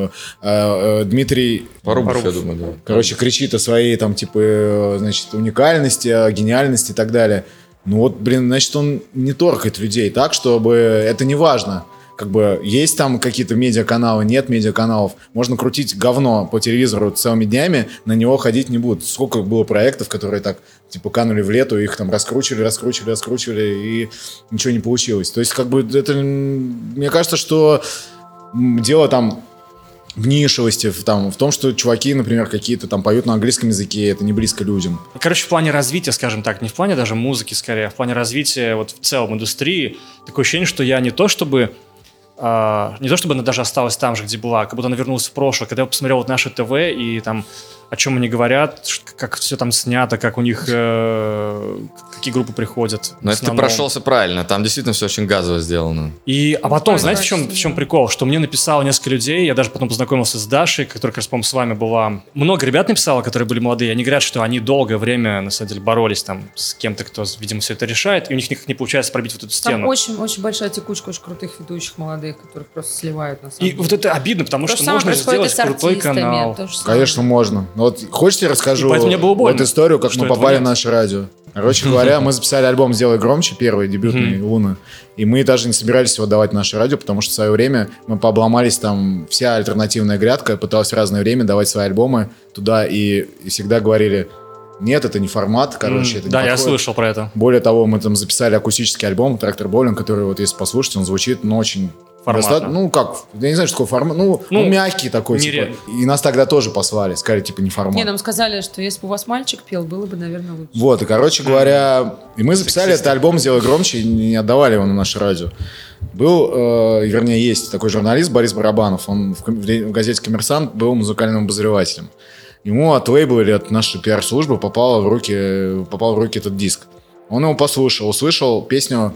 Дмитрий, Порубов, я думаю, да. короче, кричит о своей, там, типа, значит, уникальности, о гениальности и так далее. Ну, вот, блин, значит, он не торкает людей так, чтобы это не важно. Как бы есть там какие-то медиаканалы, нет медиаканалов. Можно крутить говно по телевизору целыми днями, на него ходить не будут. Сколько было проектов, которые так, типа, канули в лету, их там раскручивали, и ничего не получилось. То есть, как бы, это, мне кажется, что дело там в нишевости, в том, что чуваки, например, какие-то там поют на английском языке, это не близко людям. Короче, в плане развития, скажем так, не в плане даже музыки скорее, а в плане развития вот в целом индустрии, такое ощущение, что я не то чтобы она даже осталась там же, где была, как будто она вернулась в прошлое. Когда я посмотрел вот наше ТВ и там о чем они говорят, как все там снято, как у них какие группы приходят. Но это ты прошелся правильно, там действительно все очень газово сделано. А потом, знаете, в чем прикол? Что мне написало несколько людей, я даже потом познакомился с Дашей, которая, как раз, по-моему, с вами была. Много ребят написало, которые были молодые, они говорят, что они долгое время, на самом деле, боролись там с кем-то, кто, видимо, все это решает, и у них никак не получается пробить вот эту стену. Там очень большая текучка очень крутых ведущих молодых, которых просто сливают на самом деле. И вот это обидно, потому То что же самое можно происходит и сделать с крутой артистами, канал. то же самое. Конечно, можно. Но вот хочешь, я расскажу И поэтому мне было больно, вот историю, как что мы этого попали нет. на наше радио. Короче говоря, мы записали альбом «Сделай громче», первый, дебютный, «Луна». И мы даже не собирались его давать на наше радио, потому что в свое время мы пообломались, там вся альтернативная грядка пыталась в разное время давать свои альбомы туда, и всегда говорили: нет, это не формат, короче, это не Да, я подходит. слышал про это. Более того, мы там записали акустический альбом «Трактор Боулинг», который, вот если послушать, он звучит, ну, очень формата. Ну, как, я не знаю, что такое формат. Ну, мягкий такой, типа. И нас тогда тоже послали, сказали, типа, не формат. Не, нам сказали, что если бы у вас мальчик пел, было бы, наверное, лучше. Вот, и, короче говоря, и мы записали этот альбом «Сделай громче» и не отдавали его на наше радио. Был, вернее, есть такой журналист Борис Барабанов, он в газете «Коммерсант» был музыкальным обозревателем. Ему от лейбла или от нашей пиар-службы попал в руки этот диск. Он его послушал, услышал песню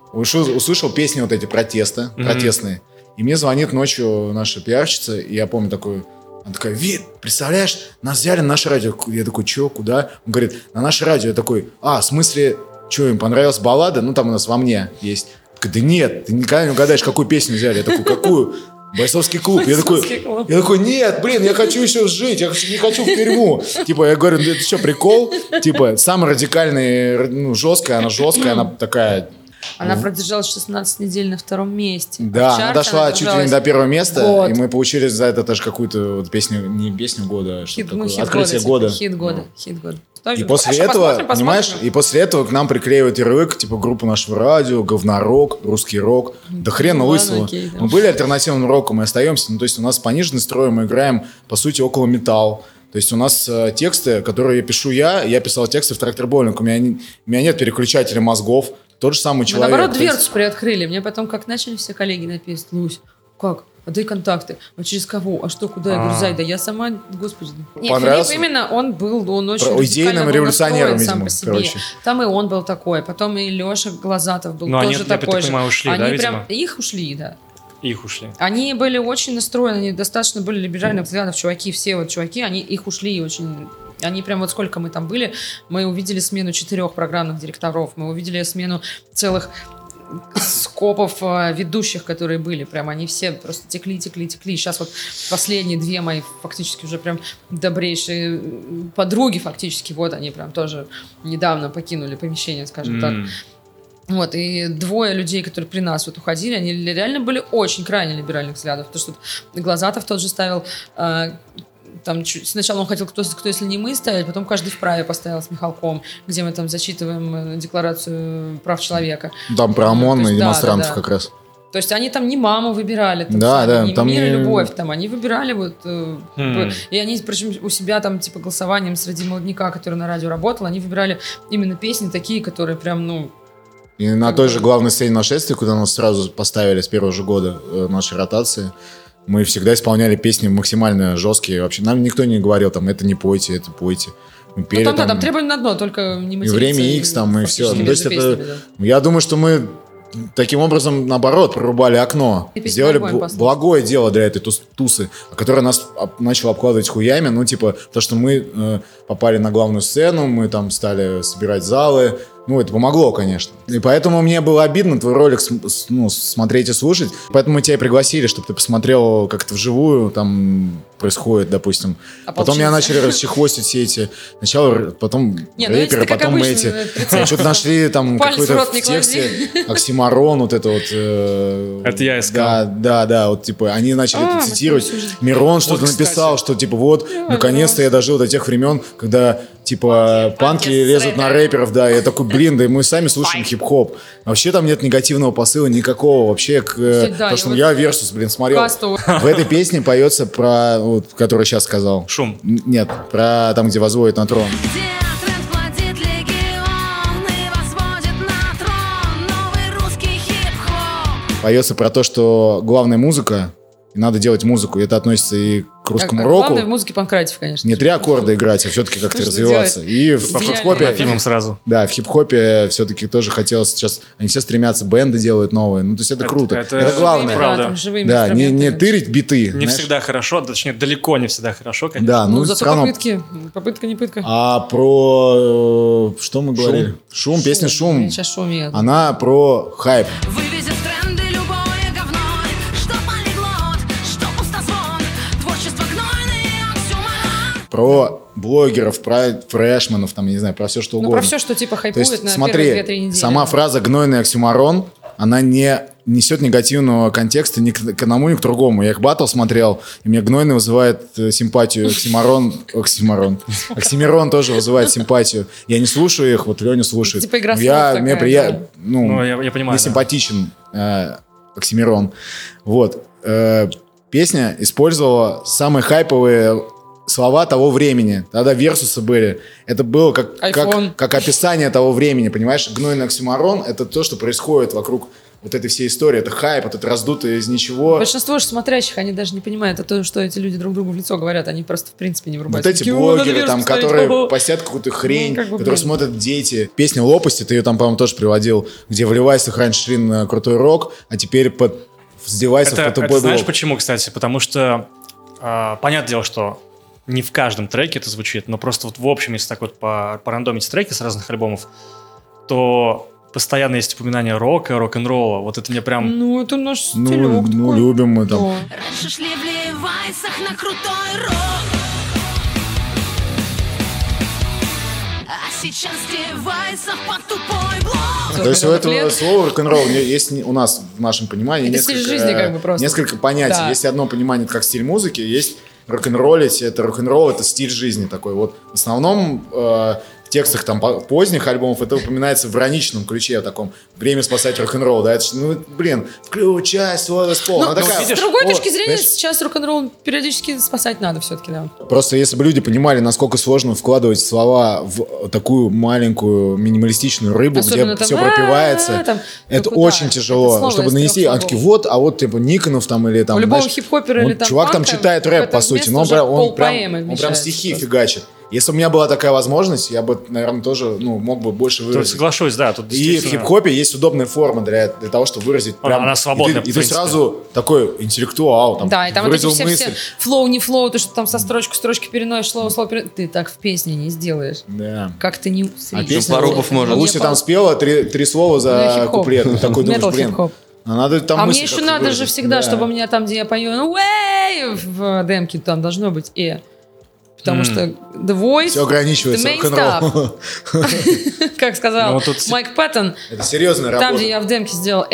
вот эти протестные. И мне звонит ночью наша пиарщица, и я помню такую, она такая: Вит, представляешь, нас взяли на наше радио. Я такой: чё, куда? Он говорит: на наше радио. Я такой: в смысле, что, им понравилась баллада? Ну, там у нас «Во мне» есть. Я такой: да нет, ты никогда не угадаешь, какую песню взяли. Я такой: какую? «Бойцовский клуб». Я такой: нет, блин, я хочу еще жить, я не хочу в тюрьму. Типа, я говорю: это что, прикол? Типа, самая радикальная, жесткая, она такая... Она продержалась 16 недель на 2-м месте. Да, она дошла чуть ли не до 1-го места, и мы получили за это даже какую-то вот песню, не песню года, а что такое, открытие года. Хит года. И после этого, понимаешь, и после этого к нам приклеивают ярлык, типа, группа нашего радио, говнорок, русский рок. Да хрена лысого. Мы были альтернативным роком и остаемся. Ну, то есть у нас пониженный строй, мы играем, по сути, около металл. То есть у нас тексты, которые пишу я писал тексты в «Трактор Боулинг». У меня нет переключателя мозгов. Тот же самый человек. Мы, наоборот, дверцу приоткрыли. Мне потом как начали все коллеги написать: Лусь, как? А дай контакты. А через кого? А что, куда? Я говорю: Зай, да я сама, господи. Нет, Филипп именно, он очень идейным революционером, видимо, сам по себе. Там и он был такой. Потом и Леша Глазатов был тоже такой же. Ушли, они да, прям, их ушли, да. Их ушли. Они были очень настроены, они достаточно были либеральных взглядов, чуваки, все вот чуваки, их ушли очень... Они прям вот сколько мы там были, мы увидели смену 4 программных директоров, мы увидели смену целых скопов ведущих, которые были. Прям они все просто текли. Сейчас вот последние 2 мои фактически уже прям добрейшие подруги фактически, вот они прям тоже недавно покинули помещение, скажем так. Вот, и 2 людей, которые при нас вот уходили, они реально были очень крайне либеральных взглядов. Потому что Глазатов тот же ставил... Там сначала он хотел кто если не мы ставить, потом каждый вправе поставил с Михалком, где мы там зачитываем декларацию прав человека. Там про ОМОН и демонстрантов как раз. То есть они там не маму выбирали, там не любовь, там они выбирали вот, и они, причем у себя там типа голосованием среди молодняка, который на радио работал, они выбирали именно песни такие, которые прям, И на той же главной сцене нашествия, куда нас сразу поставили с первого же года нашей ротации, мы всегда исполняли песни максимально жесткие. Вообще нам никто не говорил, там, это не пойте, это пойте. Мы пели, там требовали на одно, только не материться. И время X там, и все. То есть это, я думаю, что мы таким образом, наоборот, прорубали окно. Сделали благое дело для этой тусы, которая нас начала обкладывать хуями. Ну, типа, то, что мы попали на главную сцену, мы там стали собирать залы. Ну, это помогло, конечно. И поэтому мне было обидно твой ролик смотреть и слушать. Поэтому мы тебя и пригласили, чтобы ты посмотрел, как это вживую там происходит, допустим. Потом меня начали расчехвостить все эти... Сначала, потом рэперы, потом мы эти... Что-то нашли там какой-то в тексте оксиморон, вот это вот... Это я искал. Да, вот типа они начали это цитировать. Мирон что-то написал, что типа вот, наконец-то я дожил до тех времен, когда типа панки лезут на рэперов, да, я такой, блин, да мы сами слушаем хип-хоп. Вообще там нет негативного посыла никакого, вообще то, что я Версус, блин, смотрел. В этой песне поется про, вот, который сейчас сказал. Шум. Нет, про там, где возводят на трон. Поется про то, что главная музыка, и надо делать музыку, и это относится и к русскому року. Главное в музыке Панкратив, конечно. Не 3 аккорда играть, а все-таки как-то развиваться. И в хип-хопе... Фильмом сразу. Да, в хип-хопе все-таки тоже хотелось сейчас... Они все стремятся, бенды делают новые. Ну, то есть это круто. Это главное. Правда. Да, не тырить биты. Не всегда хорошо, точнее, далеко не всегда хорошо, конечно. Да, ну зато попытки. Попытка не пытка. А про... Что мы говорили? Шум, песня «Шум». Сейчас шумит. Она про хайп. Про блогеров, про фрешменов, там, я не знаю, про все, что угодно. Про все, что типа хайпует есть, на смотри, первые 2-3 недели. Сама фраза «гнойный оксюморон», она не несет негативного контекста ни к одному, ни к другому. Я их баттл смотрел, и мне «гнойный» вызывает симпатию, оксимирон тоже вызывает симпатию. Я не слушаю их, вот Леня слушает. Типа игра слов мне такая, приятно, я понимаю, мне симпатичен Оксимирон. Вот. Песня использовала самые хайповые слова того времени. Тогда версусы были. Это было как описание того времени, понимаешь? Гнойный оксимирон — это то, что происходит вокруг вот этой всей истории. Это хайп, это раздутое из ничего. Большинство же смотрящих, они даже не понимают о том, что эти люди друг другу в лицо говорят. Они просто, в принципе, не врубаются. Вот эти блогеры, там, которые постят какую-то хрень, которые смотрят дети. Песня «Лопасти», ты ее там, по-моему, тоже приводил, где в Левайсах раньше шли на крутой рок, а теперь под с девайсов это бой. Знаешь почему, кстати? Потому что, понятное дело, что не в каждом треке это звучит, но просто вот в общем, если так вот порандомить треки с разных альбомов, то постоянно есть упоминание рока, рок-н-ролла. Вот это мне прям... Ну, это наш стилек такой. Любим мы там. Раньше шли в Левайсах на крутой рок, а сейчас в девайсах под тупой блок. То есть у этого слова рок-н-ролл есть у нас, в нашем понимании, это стиль жизни как бы просто. Несколько понятий. Да. Есть одно понимание, это как стиль музыки, есть рок-н-роллить, это рок-н-ролл, это стиль жизни такой. Вот в основном в текстах там поздних альбомов это упоминается в ироничном ключе, в таком «время спасать рок-н-ролл». Да? Это, включай свой пол. С другой точки зрения, сейчас рок-н-ролл периодически спасать надо все-таки, да. Просто если бы люди понимали, насколько сложно вкладывать слова в такую маленькую минималистичную рыбу, особенно где там, все пропивается, это очень тяжело, чтобы нанести. Они такие, вот типа Никонов там или там... У любого хип-хопера или там чувак там читает рэп, по сути, но он прям стихи фигачит. Если бы у меня была такая возможность, я бы, наверное, тоже мог бы больше выразить. Тут соглашусь, да. Тут и в хип-хопе есть удобная форма для того, чтобы выразить прям... Она свободная, и ты сразу такой интеллектуал, там, да, и там выразил все флоу, не флоу, ты что там со строчки переносишь, слово ты так в песне не сделаешь. Да. Как ты не... А песня Порубов может. Луся там спела три слова за куплет. Такой думаешь, блин... мне еще надо же всегда, чтобы у меня там, где я пою, в демке там должно быть Потому что The Voice, все ограничивается рок-н-ролл. Как сказал Майк Пэттон. Это серьезная работа. Там, где я в демке сделал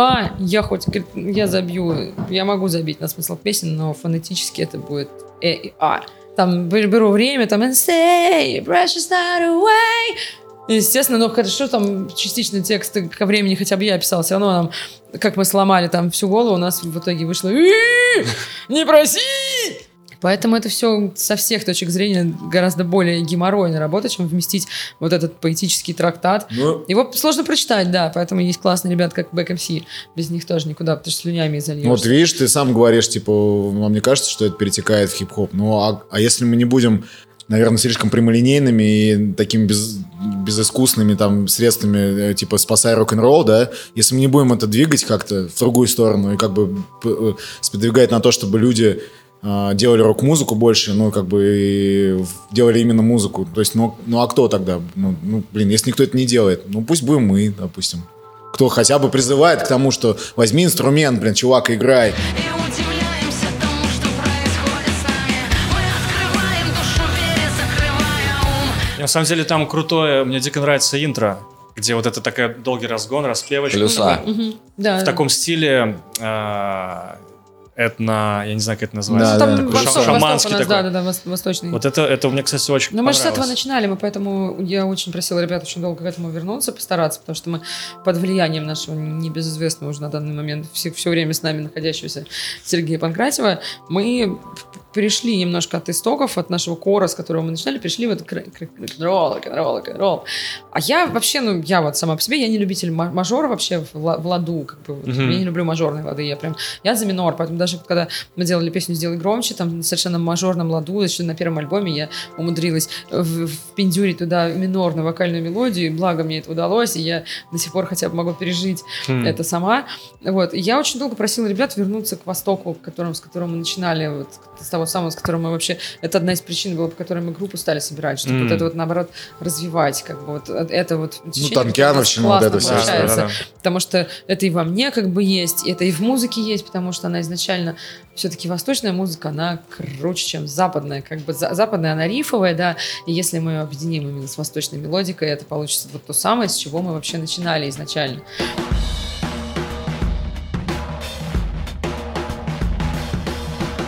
я забью, я могу забить на смысл песен, но фонетически это будет Там беру время, там and say, precious night away. Естественно, хорошо, там частично тексты ко времени хотя бы я писал, все равно нам, как мы сломали там всю голову, у нас в итоге вышло «Не проси!» Поэтому это все со всех точек зрения гораздо более геморройно работать, чем вместить вот этот поэтический трактат. Его сложно прочитать, да, поэтому есть классные ребята, как Back MC. Без них тоже никуда, потому что слюнями зальешься. Вот видишь, ты сам говоришь, типа, мне кажется, что это перетекает в хип-хоп. А если мы не будем, наверное, слишком прямолинейными и такими безыскусными там средствами, типа «спасай рок-н-ролл», да, если мы не будем это двигать как-то в другую сторону и как бы сподвигать на то, чтобы люди... делали рок-музыку больше, и делали именно музыку. То есть, а кто тогда? Если никто это не делает, пусть будем мы, допустим. Кто хотя бы призывает к тому, что возьми инструмент, чувак, играй. На самом деле там крутое, мне дико нравится интро, где вот это такой долгий разгон, распевочка. Плюса. В таком стиле... я не знаю, как это называется. Шаманский такой. Да, восточный. Вот это у меня, кстати, очень понравилось. Мы же с этого начинали, поэтому я очень просила ребят очень долго к этому вернуться, постараться, потому что мы под влиянием нашего небезызвестного уже на данный момент все время с нами находящегося Сергея Панкратьева, мы перешли немножко от истоков, от нашего кора, с которого мы начинали, перешли в этот рок-н-ролл. А я вообще, я вот сама по себе, я не любитель мажора вообще в ладу, я не люблю мажорные лады, я за минор, поэтому даже когда мы делали песню «Сделай громче», там совершенно мажорном ладу, еще на первом альбоме я умудрилась впендюрить туда минорную вокальную мелодию, и благо мне это удалось, и я до сих пор хотя бы могу пережить это сама. Вот. И я очень долго просила ребят вернуться к востоку, с которым мы начинали, с того самого, с которым мы вообще... Это одна из причин была, по которой мы группу стали собирать, чтобы вот это наоборот, развивать, это танкиановщина, вот это все. Да. Потому что это и во мне есть, это и в музыке есть, потому что она изначально все-таки восточная музыка, она круче, чем западная. Западная, она рифовая, да, и если мы ее объединим именно с восточной мелодикой, это получится то самое, с чего мы вообще начинали изначально.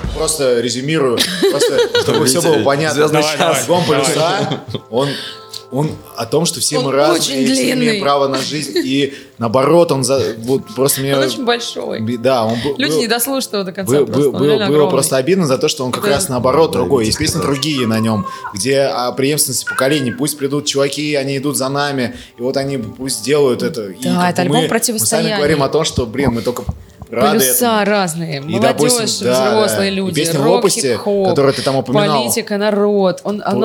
Просто резюмирую, чтобы все было понятно. Звездный час. Альбом «Полюса», Он о том, что все Он мы разные, очень и все длинный. имеем право на жизнь. И наоборот, вот просто мне... Он очень большой. Да, он был... Люди не дослушают его до конца просто. Он реально Было огромный. просто обидно за то, что он как Да. раз наоборот другой. Есть песни другие на нем, где о преемственности поколений. Пусть придут чуваки, они идут за нами, и вот они пусть делают это. И Да, как это бы альбом мы противостояния. сами говорим о том, что, мы только рады Полюса этому. разные. И, Молодежь, допустим, да, взрослые да. И люди, песня рок, «Лопасти», хип-хоп, которую ты там упоминал. политика, народ.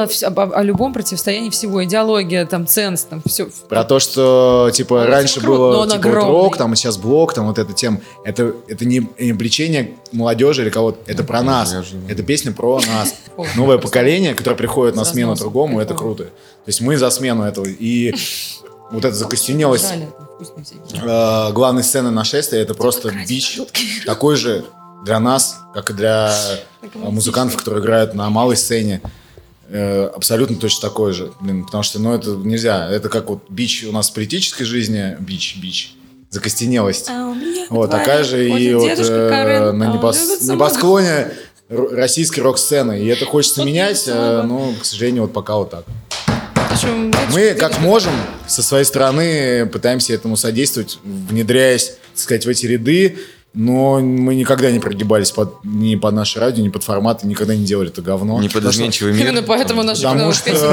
О любом противостоянии всего. Идеология, там, ценность, там, все. Про то, что, типа, Он раньше очень крут, но было, он типа, вот огромный. рок, там, и сейчас блок, там, вот эта тема. Это не обличение молодежи или кого-то. Это про нас. Это песня про нас. Новое поколение, которое приходит на смену Разнос. другому, это Прикольно. круто. То есть мы за смену этого. И вот эта закостенелость Жаль, это вкусные всякие. главной сцены нашествия, это просто бич такой же для нас, как и для музыкантов, которые играют на малой сцене. Абсолютно точно такой же. Потому что, это нельзя. Это как вот бич у нас в политической жизни. Бич. Закостенелость. А у меня Вот, твоя такая же и ходит вот дедушка Карен, на а он любит собак. небосклоне российской рок-сцены. И это хочется Вот менять, собак. но, к сожалению, вот пока вот так. Причем Мы, дедушка- как можем, со своей стороны пытаемся этому содействовать, внедряясь, так сказать, в эти ряды, но мы никогда не прогибались ни под наше радио, ни под форматы, никогда не делали это говно. Не под изменчивый мир. Именно поэтому наши Потому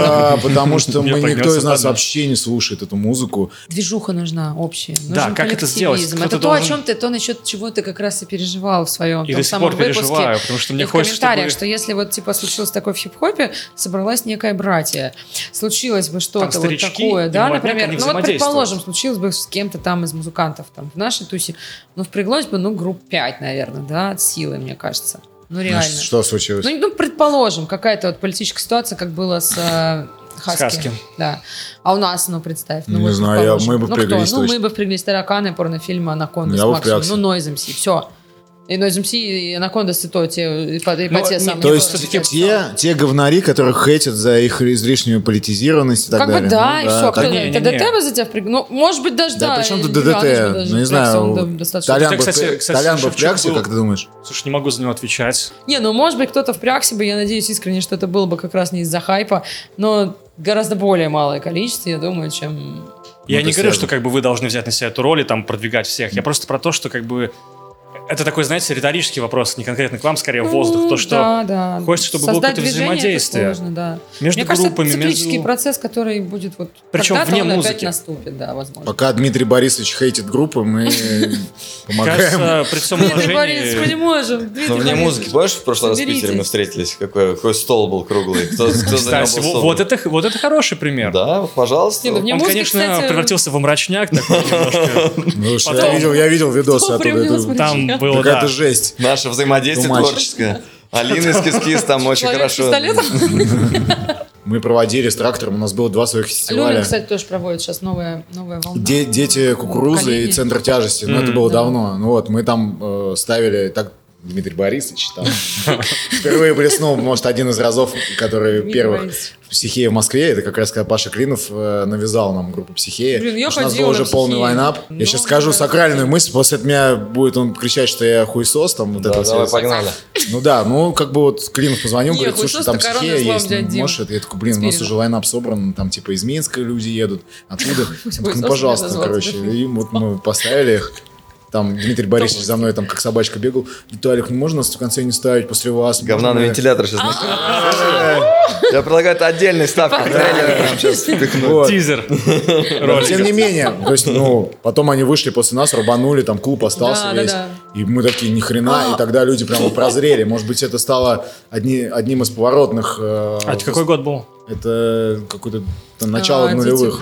что Мне никто поднялся из нас поднос. вообще не слушает эту музыку. Движуха нужна общая. Да, Нужен как это сделать? коллективизм. Кто-то Это то, о должен- чем ты, то, насчет чего ты как раз и переживал в своем И том до сих самом пор выпуске. переживаю, потому что мне И в хочется, комментариях, чтобы- что если вот типа случилось такое в хип-хопе, собралась некая братья, случилось бы что-то Там вот старички, такое, и да, молодняк, например, они ну вот взаимодействуют. предположим, случилось бы с кем-то там из музыкантов там в нашей тусе, ну впряглось бы, групп 5, наверное, да, от силы, мне кажется. Ну реально. Что случилось? Ну, предположим, какая-то вот политическая ситуация, как было с Хаски. Хаски. Да. А у нас, представь. Не вот знаю, предположим. мы бы впряглись кто? точно. Мы бы впряглись. Тараканы, порнофильмы, Анаконда Я с бы Максимом. впрягся. Noise MC, все. И Noise MC, и Анаконда и то, и по те не- самые. То есть которые те говнари, которых хейтят за их излишнюю политизированность и так как далее. бы да, и все. так- не-не-не. ДДТ бы за тебя впрягнул. Ну, может быть, даже Да, да. при чем тут и Юлианыч бы ДДТ? даже Ну, не впрягся, он знаю, достаточно. Толян Хотя, бы кстати, Толян бы Шевчук впрягся, был- как ты думаешь? Слушай, не могу за него отвечать. Не, может быть, кто-то впрягся бы, я надеюсь искренне, что это было бы как раз не из-за хайпа, но гораздо более малое количество, я думаю, чем... Я то не есть говорю, я- что вы должны взять на себя эту роль и там продвигать всех. Я просто про то, что это такой, знаете, риторический вопрос, не конкретно к вам, скорее в воздух. То, что да. хочется, чтобы было Создать какое-то движение, это взаимодействие. сложно, да. Между Мне кажется, группами, это циклический между- процесс, который будет вот Причем когда-то вне он опять музыки. наступит, да, возможно. Пока Дмитрий Борисович хейтит группы, мы помогаем. Кажется, при всем Дмитрий Борисович, мы уважении... не можем. Дмитрий Но вне Борисович, музыки, помнишь, в прошлый раз в соберитесь. Питере мы встретились? Какой стол был круглый? Кто за него Кстати, был вот собран? это хороший пример. Да, пожалуйста. Не, ну, вне Он, музыки, конечно, кстати, превратился в мрачняк такой немножко. Ну, что, Потом- я видел видосы Кто оттуда. привнес Это Там Мрачняк? было, какая-то да. жесть. Наше взаимодействие Тумач. творческое. Алина из Кис-Кис там очень Человек с хорошо. пистолетом. Мы проводили с трактором, у нас было 2 своих Люлин, фестиваля. кстати, тоже проводит сейчас новая волна. Дети кукурузы и Поколение. центр тяжести. Но это было Да. давно. Ну вот, мы там ставили... Так, Дмитрий Борисович там впервые блеснул, может, один из разов, который Дмитрий первых Борисович. в «Психее» в Москве. Это как раз когда Паша Клинов навязал нам группу «Психея». Блин, я Потому что у нас ходила был на уже полный «Психею». лайнап. Ну, Я сейчас скажу да. сакральную мысль. После меня будет он кричать, что я хуесос. Там, вот Да, это вот давай, всё. погнали. Ну да, как бы вот Клинов позвонил, Не, говорит, слушай, хуесос, там так коронный «Психея» слава есть, дядя Дима. можешь это? Я такой, блин, у нас Спирина. уже лайнап собран, там типа из Минска люди едут, оттуда. Я такой, Хуесос ну, пожалуйста, назвал короче. тебя. И вот мы поставили их. Там Дмитрий Борисович за мной там как собачка бегал. Виталик, ну можно нас в конце не ставить после вас? Говна на Можно?» вентилятор сейчас Я предлагаю это отдельной ставкой. Трейлер прям сейчас впихнуть. Вот. Тизер. Но тем не менее, то есть, потом они вышли после нас, рубанули, там клуб остался Да, весь. да. И мы такие, ни хрена, и тогда люди прямо прозрели. Может быть, это стало одним из поворотных... А это какой год был? Это какое-то там начало Дети. нулевых.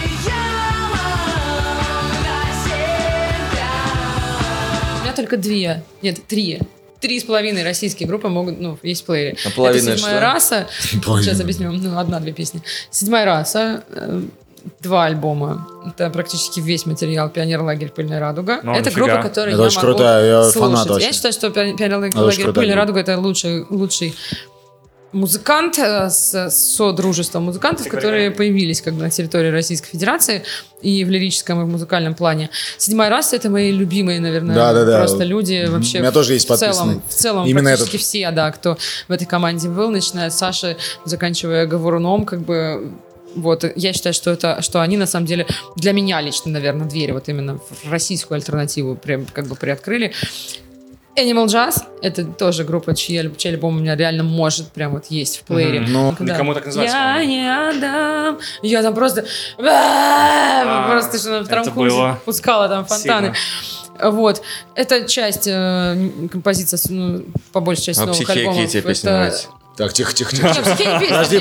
У меня только 2, нет, 3. 3,5 российские группы могут, есть в плеере. А половина это «Седьмая что? раса». Половина. Сейчас объясню. 1-2 песни. «Седьмая раса», 2 альбома. Это практически весь материал «Пионерлагерь. Пыльная радуга». Ну, это нифига. группа, которую Это я очень могу крутая, я слушать. фанат вообще. Я считаю, что очень «Пионерлагерь. крутая Пыльная группа. радуга» — это лучший музыкант с содружеством музыкантов, которые появились на территории Российской Федерации и в лирическом, и в музыкальном плане. «Седьмая раса» — это мои любимые, наверное, Да. просто люди вообще. У меня тоже есть в целом, подписанный. Именно практически этот. все, да, кто в этой команде был, начиная с Саши, заканчивая Говоруном, Вот, я считаю, что они, на самом деле, для меня лично, наверное, двери вот именно в российскую альтернативу прям как бы приоткрыли. Animal Jazz — это тоже группа, чей альбом у меня реально может прям вот есть в плеере. Ну, никому так называется. Я не отдам. Я там просто... Просто что в трампунзе пускала там фонтаны. Вот. Это часть композиции, по большей части новых альбомов. Какие тебе песни нравятся? Так, тихо. Подожди.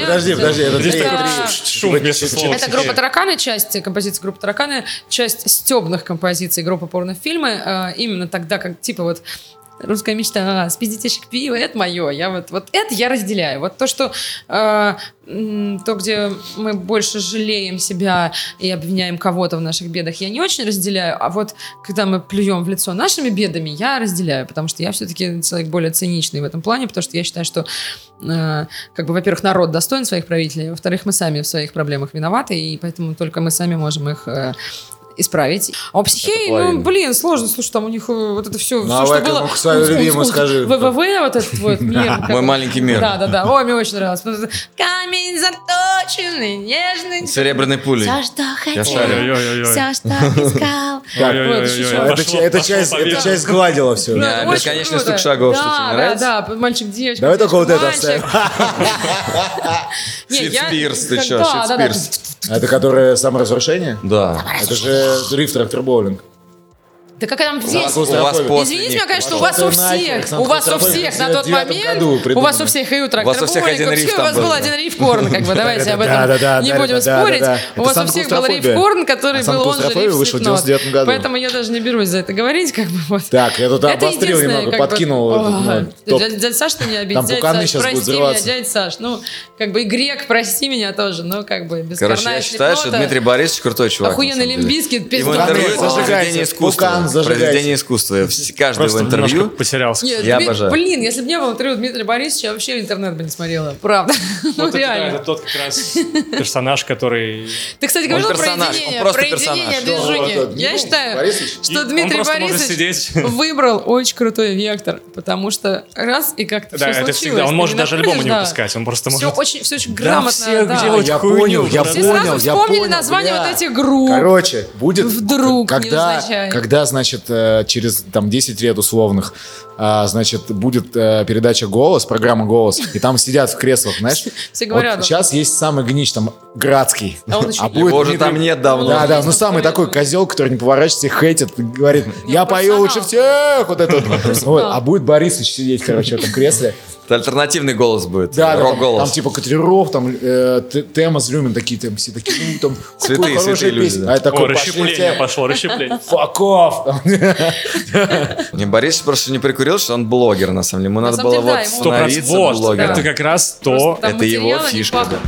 Это группа «Тараканы», часть композиции группы «Тараканы», часть стебных композиций группы «Порнофильмы». Именно тогда, как типа вот русская мечта, спиздить ящик пива, это мое. Я вот это я разделяю. Вот то, что то, где мы больше жалеем себя и обвиняем кого-то в наших бедах, я не очень разделяю. А вот когда мы плюем в лицо нашими бедами, я разделяю, потому что я все-таки человек более циничный в этом плане, потому что я считаю, что как бы, во-первых, народ достоин своих правителей, во-вторых, мы сами в своих проблемах виноваты, и поэтому только мы сами можем их исправить. А у психей, сложно. Слушай, там у них вот это все, что было. Свою любимую скажи. ВВВ, вот этот вот мир. Мой маленький мир. Да. Ой, мне очень нравилось. Камень заточенный, нежный. Серебряной пулей. Все, что хотел, все, что искал. Эта часть сгладила все. Бесконечный стук шагов, что тебе нравится? Да, мальчик-девочка. Давай только вот это оставим. Сид Спирс, ты что? Сид Спирс. Это которое саморазрушение? Да. Это же Дрифт Трактор Боулинг. Да как там здесь? У вас Извините меня, конечно, у вас у всех на тот момент, у вас у всех и у Трактора Боулинга, у вас был один рейв-корн, как бы, давайте об этом не будем спорить. У вас у всех был рейв-корн, который был, он же рейв-слепнот. Поэтому я даже не берусь за это говорить, как бы, вот. Так, я тут обострил немного, подкинул. Дядя Саш, ты не обидел, дядя Саш, прости меня, дядя Саш, ну, как бы, и Грек, прости меня тоже, ну, как бы, бескорная слепнота. Короче, я считаю, что Дмитрий Борисович крутой чувак. Охуенный Лимп Бизкит, Ему интервью произведение искусства. Произведение искусства. Каждое его интервью. Потерялся. Я обожаю. Блин, если бы не было интервью Дмитрия Борисовича, я вообще интернет бы не смотрела. Правда. Вот реально. это тот как раз персонаж, который... Ты, кстати, говорил про единение движухи. Я считаю, что Дмитрий Борисович выбрал очень крутой вектор, потому что раз и как-то все случилось. Да, это всегда. Он может даже альбома не выпускать, он просто может... Все очень грамотно. Я понял. Все сразу вспомнили название вот этих групп. Короче, будет... Вдруг, когда, значит, через там 10 лет условных, значит, будет передача «Голос», программа «Голос», и там сидят в креслах, знаешь? Все говорят. Вот сейчас есть самый гнич, там, Градский. Его же там нет давно. Да, ну самый такой козел, который не поворачивается, хейтит, говорит, я пою лучше всех, вот это вот. А будет Борисович сидеть, короче, в этом кресле. Это альтернативный голос будет. Да, рок-голос. Там типа Котляров, там Тема с Люмин, такие там все такие, ну там святые люди. А такой, расщепление пошло, расщепление. Fuck off! Не, Борис просто не прикурил, что он блогер, на самом деле. Ему надо было вот становиться блогером. Это как раз то... Это его фишка, да.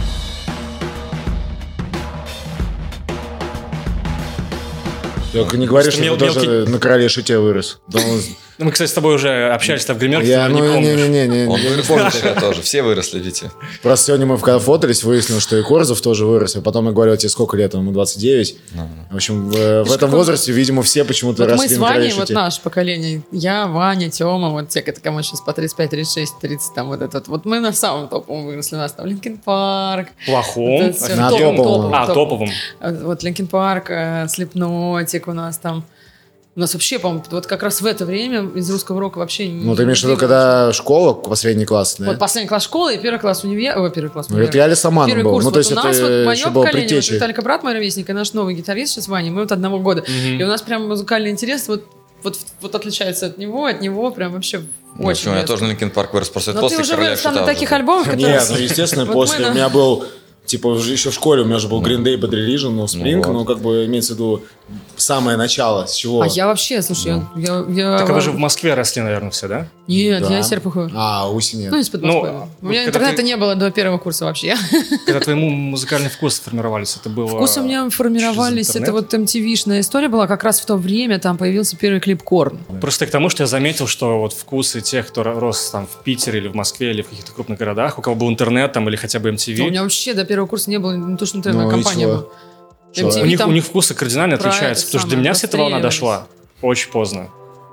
Только не говори, что ты даже на короле шуте вырос. Мы, кстати, с тобой уже общались там в гримерке, я не помню. Он вырос тоже, все выросли, дети. Просто сегодня мы когда фотались, выяснилось, что и Корзов тоже вырос. И потом я говорю, тебе сколько лет? Ему 29. В общем, в этом возрасте, видимо, все почему-то росли на короле шуте. Мы с Ваней, вот наше поколение, я, Ваня, Тёма, вот те, кому сейчас по 35, 36, 30, там вот этот. Вот мы на самом топовом выросли. У нас там Линкин Парк. Плохом? На топовом. Топовом. Вот Линкин Парк, Слепнотик у нас там. У нас вообще, по-моему, вот как раз в это время из русского рока вообще... Ну, ты имеешь в виду, когда школа, последний класс, да? Вот последний класс школы и первый класс универа... Первый класс универа. Это я Лисаманов был. Курс. Ну, то есть вот это еще было предтечей. Виталика, брат мой ровесник, и наш новый гитарист сейчас, Ваня, мы вот одного года. И у нас прям музыкальный интерес вот отличается от него прям вообще очень. Почему? Я тоже на Линкин Парк вырос, просто но после ты уже «Короля вырос там шута». на таких альбомах, которые... Нет, ну, естественно, после у меня был... Типа, еще в школе у меня же был Green Day, Bad Religion, ну, Spring, ну, как бы, имеется в виду самое начало, с чего... А я вообще, слушай, я... Так вы же в Москве росли, наверное, все, да? Нет, я из Серпухова. Осень. Ну, из-под Москвы. У меня интернета не было до первого курса вообще. Когда твои музыкальные вкусы формировались, это было... Вкусы у меня формировались, это вот MTV-шная история была, как раз в то время там появился первый клип «Корн». Просто к тому, что я заметил, что вот вкусы тех, кто рос там в Питере или в Москве или в каких-то крупных городах, у кого был интернет там или хотя бы MTV... У меня вообще до первого курса не было, не то, что интернетная компания была. У них вкусы кардинально отличаются, потому что до меня вся эта волна дошла очень поздно.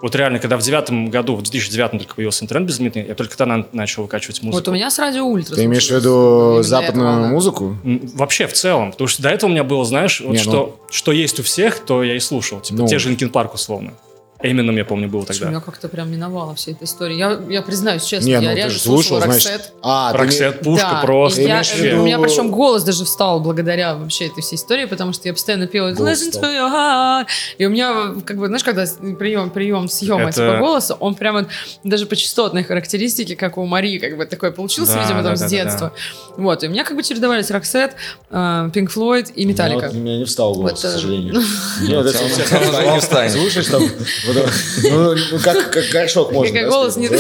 Вот реально, когда в 2009 только появился интернет безлимитный, я только тогда начал выкачивать музыку. Вот у меня с радио Ультра. Ты имеешь в виду западную музыку? Вообще, в целом. Потому что до этого у меня было, знаешь, вот что есть у всех, то я и слушал. Типа те же Линкин Парк, условно. Эмином, я помню, был тогда. Меня как-то прям миновала вся эта история. Я признаюсь честно, Не, я реально слушала Роксет. Роксет, пушка просто. У меня причем голос даже встал благодаря вообще этой всей истории, потому что я постоянно пела Listen to your heart. И у меня, как бы, знаешь, когда прием съема типа голоса, он прямо даже по частотной характеристике, как у Марии, как бы такой получился, видимо, там с детства. Вот, и у меня как бы чередовались Роксет, Pink Floyd и Металлика. У меня не встал голос, к сожалению. Не встанет. Слушаешь там... Ну, как горшок можно. Как голос не...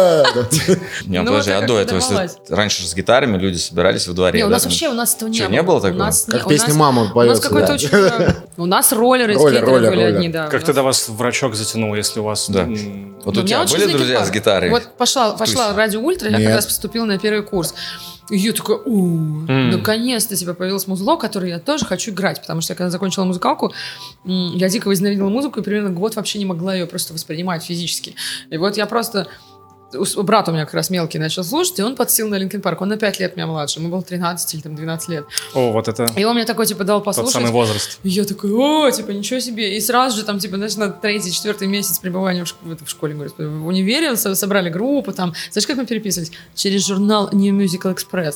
Не, подожди, а до этого, если раньше с гитарами люди собирались во дворе, не, у нас вообще, у нас этого не было. Не было такого? Как песня «Мама» поется. У нас какой-то очень... У нас роллеры, скейтеры были одни, да. Как тогда вас врачок затянул, если у вас... Да. Вот у тебя были друзья с гитарой? Вот пошла радио Ультра, я как раз поступила на первый курс. И я такая, наконец-то типа появилось музло, которое я тоже хочу играть, потому что я когда закончила музыкалку, я дико возненавидела музыку и примерно год вообще не могла ее просто воспринимать физически. И вот я просто... Брат у меня как раз мелкий начал слушать, и он подсел на Линкин Парк. Он на 5 лет меня младше, ему было 13 или там 12 лет. О, вот это... И он мне такой, типа, дал послушать. Тот самый возраст. И я такой, типа, ничего себе. И сразу же там, типа, знаешь, на 3-4 месяц пребывания в школе, господи, в универе собрали группу там. Знаешь, как мы переписывались? Через журнал New Musical Express.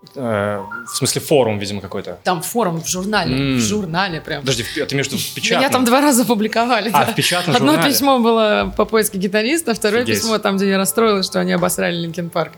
В смысле форум, видимо, какой-то. Там форум в журнале прям. Подожди, ты между печатным? Меня там 2 раза публиковали. В печатном Одно журнале? письмо было по поиске гитариста, второе Офигеть. письмо там, где я расстроилась, что они обосрали Линкин Парк.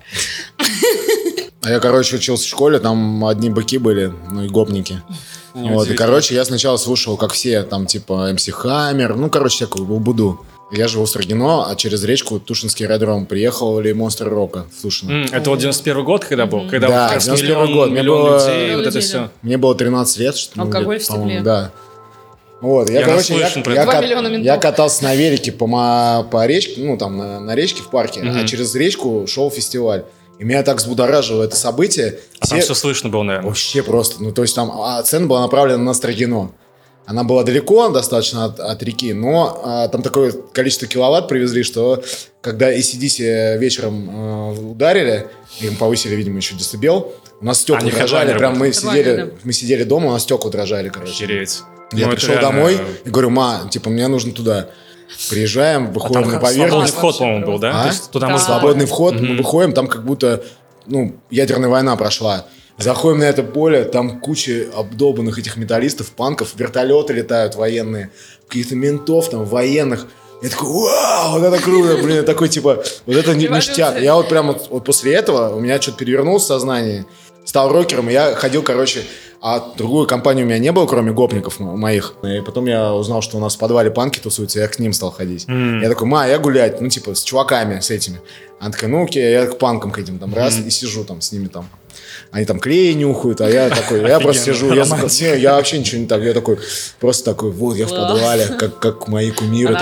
А я, короче, учился в школе, там одни быки были, ну и гопники. Вот, и, короче, я сначала слушал, как все, там, типа, MC Hammer, ну, короче, всякую буду. Я живу в Строгино, а через речку Тушинский аэродром приехали Монстры Рока в Тушино. Это вот 91 год, когда был? Когда Да, вот как раз 91 год. миллион людей, Миллион вот это людей, все. Мне было 13 лет, что ли. Алкоголь в по-моему, стекле. Да. Вот, я, короче, наслышан про это. 2 миллиона ментов. я катался на велике по речке, ну, там, на речке в парке, а через речку шел фестиваль. И меня так взбудоражило это событие. А там все слышно было, наверное. Вообще просто, ну, то есть там цена была направлена на Строгино. Она была далеко достаточно от реки, но там такое количество киловатт привезли, что когда AC/DC вечером ударили, им повысили, видимо, еще децибел, у нас стекла дрожали, прям мы сидели дома, у нас стекла дрожали, короче. Охереть. Я пришел домой и говорю, типа, мне нужно туда. Приезжаем, выходим на поверхность. Свободный вход, по-моему, был, да? То есть туда можно Свободный вход, мы выходим, там как будто, ну, ядерная война прошла. Заходим на это поле, там куча обдолбанных этих металлистов, панков, вертолеты летают военные, каких-то ментов там, военных. Я такой, вау, вот это круто, блин, такой типа, вот это ништяк. Я вот прям вот после этого у меня что-то перевернулось сознание, стал рокером, и я ходил, короче, а другую компанию у меня не было, кроме гопников моих. И потом я узнал, что у нас в подвале панки тусуются, я к ним стал ходить. Я такой, я гулять, ну типа с чуваками, с этими. Она такая, ну окей, я к панкам к этим там раз, и сижу там с ними там. Они там клей нюхают, а я такой, я просто сижу, я вообще ничего не так, я такой, просто такой, вот я в подвале, как мои кумиры,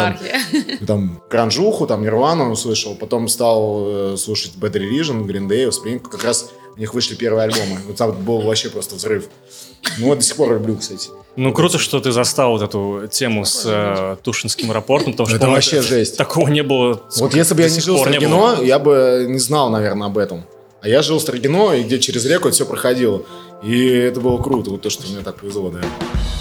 там гранжуху, там Нирвану услышал, потом стал слушать Bad Religion, Green Day, Offspring, как раз у них вышли первые альбомы, вот там был вообще просто взрыв. Ну вот до сих пор люблю, кстати. Ну, круто, что ты застал вот эту тему с Тушинским аэропортом, потому что это вообще жесть. Такого не было. Вот если бы я не жил в Строгино, я бы не знал, наверное, об этом. А я жил в Строгино, и где через реку это все проходило. И это было круто, вот то, что мне так повезло, да.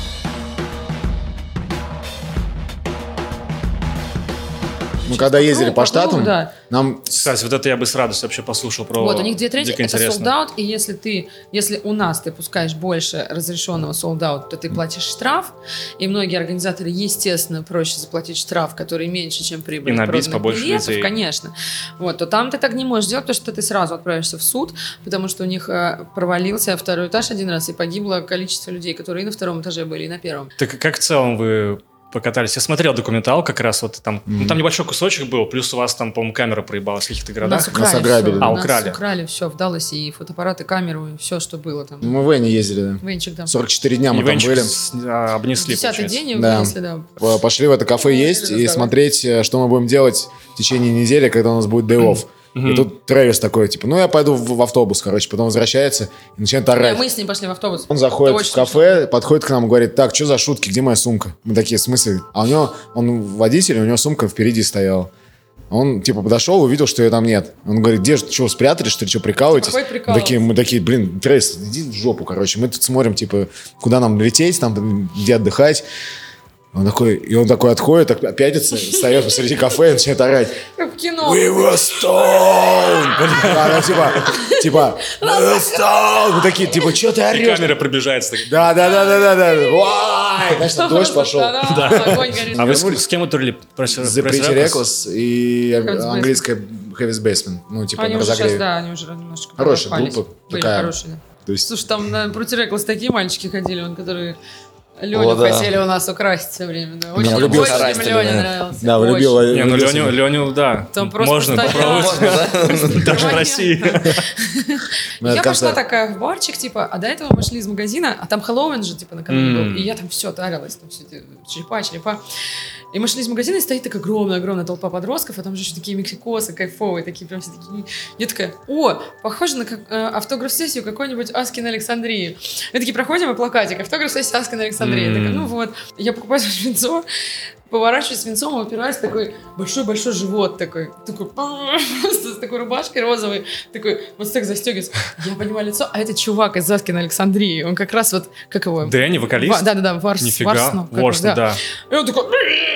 Мы когда ездили по штатам, нам... Кстати, вот это я бы с радостью вообще послушал про... Вот, у них 2/3 это sold out, и если у нас ты пускаешь больше разрешенного sold out, то ты платишь штраф, и многие организаторы, естественно, проще заплатить штраф, который меньше, чем прибыль. И набить побольше людей. Конечно. Вот, то там ты так не можешь делать, потому что ты сразу отправишься в суд, потому что у них провалился второй этаж один раз, и погибло количество людей, которые и на втором этаже были, и на первом. Так как в целом вы покатались? Я смотрел документал как раз вот там. Ну, там небольшой кусочек был, плюс у вас там, по-моему, камера проебалась в каких-то городах. Нас ограбили. Нас украли все в Далласе, и фотоаппараты, камеру, и все, что было там. Мы в Вене ездили, да. Венчик, да. 44 дня мы там были. Обнесли, 10-й день и да. вынесли, да. Пошли в это кафе есть и смотреть, что мы будем делать в течение недели, когда у нас будет day off. И тут Трэвис такой, типа, ну, я пойду в автобус, короче. Потом возвращается и начинает орать. Мы с ним пошли в автобус. Он заходит Это в кафе, подходит к нам и говорит, так, что за шутки, где моя сумка? Мы такие, в смысле? А у него, он водитель, у него сумка впереди стояла. Он, типа, подошел, увидел, что ее там нет. Он говорит, где же, что, спрятали, что ли, что, прикалываетесь? Мы такие, блин, Трейс, иди в жопу, короче. Мы тут смотрим, типа, куда нам лететь, там, где отдыхать. Он такой отходит, пятится, встает посреди кафе и начинает орать. Как в кино. We were stoned! Да, типа, we were stoned! Мы такие, типа, что ты И орешь? камера приближается. Да. Вай! Значит, дождь пошел. Да, огонь горит. А вы с кем утурили? The Pretty Reckless и английская Heavy's Basement. Ну, типа, Они на уже сейчас, разогреве. да, они уже немножко Хорошая распались. группа. Были Такая. хорошие, да. То есть, Слушай, там на Pretty Reckless такие мальчики ходили, которые Леню О, да. хотели у нас украсть все время. Да. Очень Я любил очень Харастеля, Леня да. нравился. да, вы Очень. любил. Не, ну Леню, да. Там просто Можно постоянно. попробовать. Даже в России. Я пошла такая в барчик, типа, а до этого мы шли из магазина, а там Хэллоуин же, типа, накануне был. И я там все тарилась, там все эти черепа. И мы шли из магазина, и стоит такая огромная толпа подростков, а там же еще такие мексикосы кайфовые, такие прям все такие. Я такая, похоже на автограф-сессию какой-нибудь Аскин Александрии. Мы такие проходим, и плакатик, автограф-сессия Аскин Александрии. Я такая, ну вот. Я покупаю свинцо, поворачиваюсь свинцом, и упираюсь, такой большой-большой живот такой просто с такой рубашкой розовой, такой вот так застегивается. Я понимаю лицо, а это чувак из Аскина Александрии. Он как раз вот, как его? Дэнни, вокалист? Да, Нифига. Ворстон, да. И он такой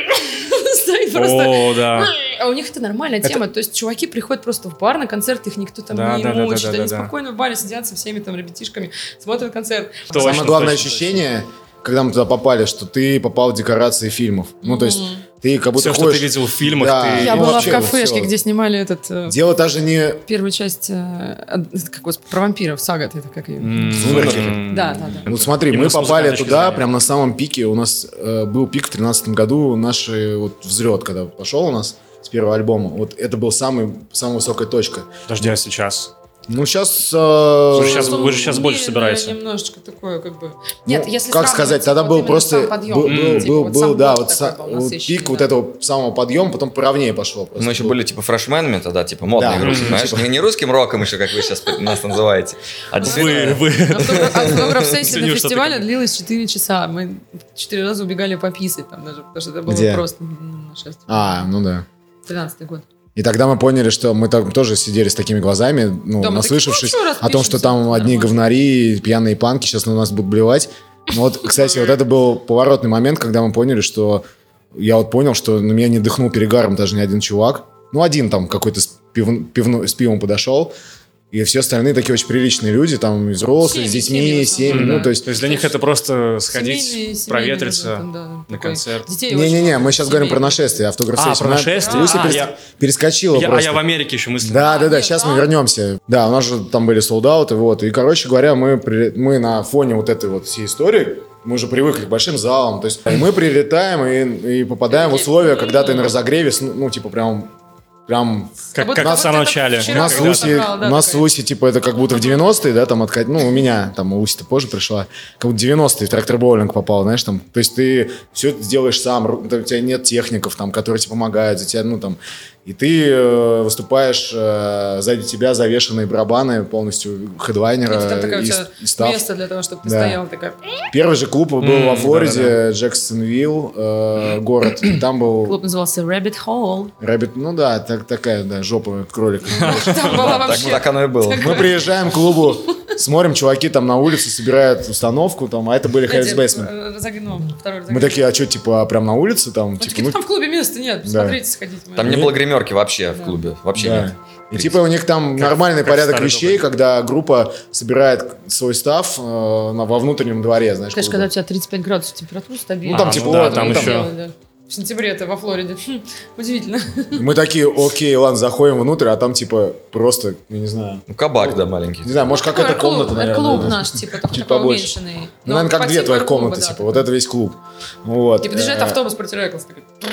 стоит просто. О, да. А у них это нормальная тема. То есть чуваки приходят просто в бар на концерт, их никто там не мучит. Они спокойно в баре сидят со всеми там ребятишками, смотрят концерт. Самое главное ощущение, когда мы туда попали, что ты попал в декорации фильмов. Ну, то есть, ты как будто Все, что ты видел в фильмах, ты... Я ну, была в вообще кафешке, всё. где снимали этот... Дело даже не... Первую часть про вампиров, сага, это как ее? Сумерки. Да. Ну смотри, Именно мы с попали музыкальной туда, точки прям на самом пике. У нас был пик в 2013 году, наш вот взлет, когда пошел у нас с первого альбома. Вот это был самая высокая точка. Подожди, а сейчас? Ну сейчас... Вы же сейчас больше Умеренное собираете. Немножечко такое, как бы... Нет, если как сравнивать, сказать, тогда вот был именно просто... сам подъем, Был, да, вот такой был насыщенный, пик да. вот этого самого подъема, потом поровнее пошло. Просто. Мы еще были типа фрешменами тогда, типа модные Да. группы, знаешь? Не русским роком еще, как вы сейчас нас называете, а действительно... Вы. Автограф-сессия на Ценю, что ты фестивале как- длилась 4 часа. Мы 4 раза убегали пописать там даже, потому что это было Где? просто шествие. Ну да. 13-й год. И тогда мы поняли, что мы там тоже сидели с такими глазами, ну, Да, мы наслышавшись такие, ну, чё, о том, что распишемся, там одни нормально. говнари, пьяные панки сейчас на нас будут блевать. Ну вот, кстати, вот это был поворотный момент, когда мы поняли, что... Я вот понял, что на меня не дыхнул перегаром даже ни один чувак. Ну, один там какой-то с пивом подошел. И все остальные такие очень приличные люди, там, и взрослые, с детьми, семьи. Ну, то есть... То есть для них это просто Семейные, сходить, проветриться вот, да, на такой. концерт. Детей очень Не-не-не, много, мы сейчас говорим про семейных. нашествие, автограф-сессия. про нашествие? Люся Я- перескочила А просто. я в Америке еще мысленно. Да, нет, сейчас да. мы вернемся. Да, у нас же там были солдаты, вот. И, короче говоря, мы на фоне вот этой вот всей истории, мы уже привыкли к большим залам, то есть мы прилетаем и попадаем в условия, когда ты на разогреве, ну, типа, прям Как будто в вот самом это начале. вчера у нас в когда Лусе, собрал, да, у нас в такая. Лусе, типа, это как будто в 90-е, да, там, у меня, там, у Луси-то позже пришла, как будто 90-е в трактор-боулинг попал, знаешь, там, то есть ты все это сделаешь сам, у тебя нет техников, там, которые тебе помогают, за тебя, ну, там, и ты выступаешь, сзади тебя завешенные барабаны, полностью хедлайнера Видите, там такое у и тебя став. место для того, чтобы ты Да. стоял. Такая. Первый же клуб был во Флориде, да-да-да. Джексонвилл, город, и там был Клуб назывался Rabbit Hole. Рэббит, ну да, такая, да, жопа кролика. Там была вообще... Так оно и было. Мы приезжаем к клубу, смотрим, чуваки там на улице собирают установку, там, а это были Heavy's Basement. Второй Мы разогнул. такие, а что, типа, прям на улице там? Ну, Типа, такие, там в клубе места нет, посмотрите, сходите. Там не было гримерки вообще в клубе. Вообще да. нет. И типа у них там нормальный как порядок старый вещей, добрый. когда группа собирает свой став во внутреннем дворе, знаешь. Конечно, клуба. когда у тебя 35 градусов температура стабильно. Ну, там А, типа, ну да, вот, там ну, еще- В сентябре это во Флориде. Удивительно. Мы такие, окей, ладно, заходим внутрь, а там типа просто, я не знаю, Ну, кабак, да, маленький. не знаю, может какая-то комната, наверное. Клуб да. наш, типа, только Чуть такой побольше. уменьшенный. Ну, наверное, как по две типу твоих клуба, комнаты, да, типа, такой. вот это весь клуб. Вот. И подъезжает автобус против Реклс.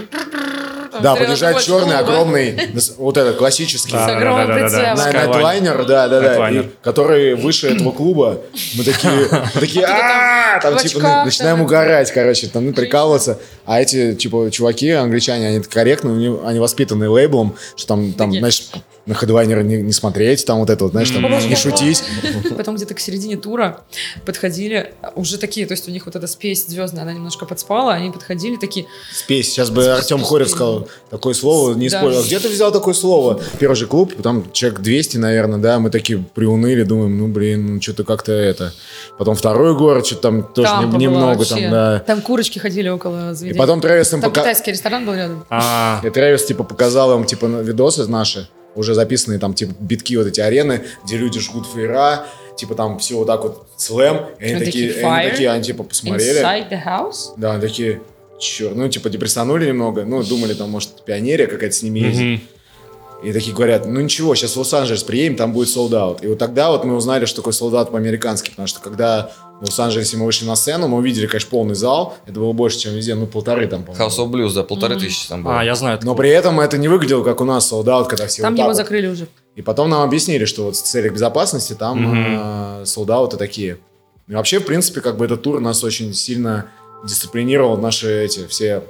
Да, подъезжает черный, огромный, вот этот классический. С огромным прицелом. Найтлайнер, да, Найтлайнер. и который выше этого клуба. Мы такие, там в типа очках, начинаем там. угорать, короче, там ну, прикалываться. А эти, типа, чуваки, англичане, они корректные, они воспитаны лейблом, что там, Такие. знаешь, на Headliner не смотреть, там вот это вот, знаешь, там не шутить. Потом где-то к середине тура подходили уже такие, то есть у них вот эта спесь звездная, она немножко подспала, они подходили такие... Спесь. Сейчас бы Артем Хорев сказал, такое слово не использовал. Где ты взял такое слово? Первый же клуб, там человек 200, наверное, да, мы такие приуныли, думаем, что-то как-то это. Потом второй город, что-то там тоже немного там, да. Там курочки ходили около заведения. И потом Трэвис им там китайский ресторан был рядом. И Трэвис, типа, показал им, типа, видосы наши, уже записанные там, типа, битки, вот эти арены, где люди жгут фейра, типа, там все вот так вот слэм. И они такие, они, типа, посмотрели. Inside the house? Да, они такие, черт, типа, депрессанули немного, думали, там, может, пионерия какая-то с ними ездит. И такие говорят, ничего, сейчас в Лос-Анджелес приедем, там будет солд-аут. И вот тогда вот мы узнали, что такое солд-аут по-американски, потому что когда в Лос-Анджелесе мы вышли на сцену, мы увидели, конечно, полный зал, это было больше, чем везде, 1,5 там, по-моему. House of Blues, да, 1500 там было. Я знаю. Но при этом это не выглядело, как у нас солд-аут, когда все там вот его так закрыли уже. И потом нам объяснили, что вот в целях безопасности там солдаты такие. И вообще, в принципе, как бы этот тур нас очень сильно дисциплинировал, наши эти все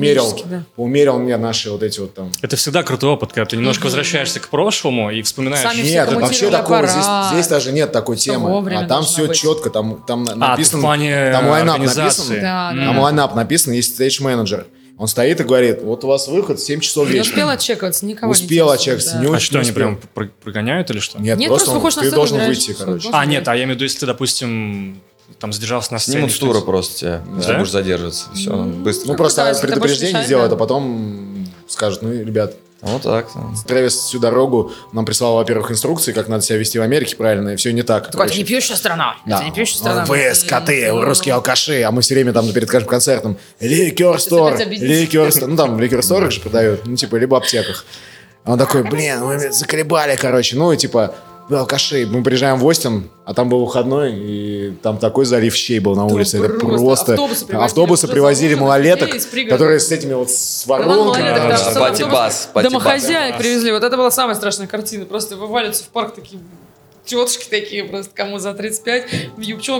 поумерил мне наши вот эти вот там. Это всегда крутой опыт, когда ты немножко возвращаешься к прошлому и вспоминаешь. Нет, вообще такого, здесь даже нет такой темы. А там все четко, там написано. В плане там лайнап организации. написан. Там лайнап написан, есть стейдж-менеджер. Он стоит и говорит, вот у вас выход в 7 часов вечера. Не успел отчекаться, никого не успел отчекаться. А что, они прям прогоняют или что? Нет, просто ты должен выйти, короче. Нет, я имею в виду, если ты, допустим, там задержался на сцене. Снимут с тура просто тебя, если будешь задерживаться. Все, быстро. Просто предупреждение сделают, а потом скажут, ребят. Вот так. Трэвис всю дорогу нам прислал, во-первых, инструкции, как надо себя вести в Америке правильно, и все не так. Это не пьющая страна. Да. Это не пьющая страна. Вы скоты, русские алкаши, а мы все время там перед каждым концертом ликер-стор, там в ликер-сторах же продают, либо аптеках. Он такой, мы заколебали, короче, вы алкаши. Мы приезжаем в Остин, а там был выходной, и там такой залив щей был на улице. Это просто... Автобусы привозили малолеток, которые с этими вот с воронками. Пати-бас. Домохозяек привезли. Вот это была самая страшная картина. Просто вываливаются в парк такие тетушки такие просто, кому за 35, в юбчонок.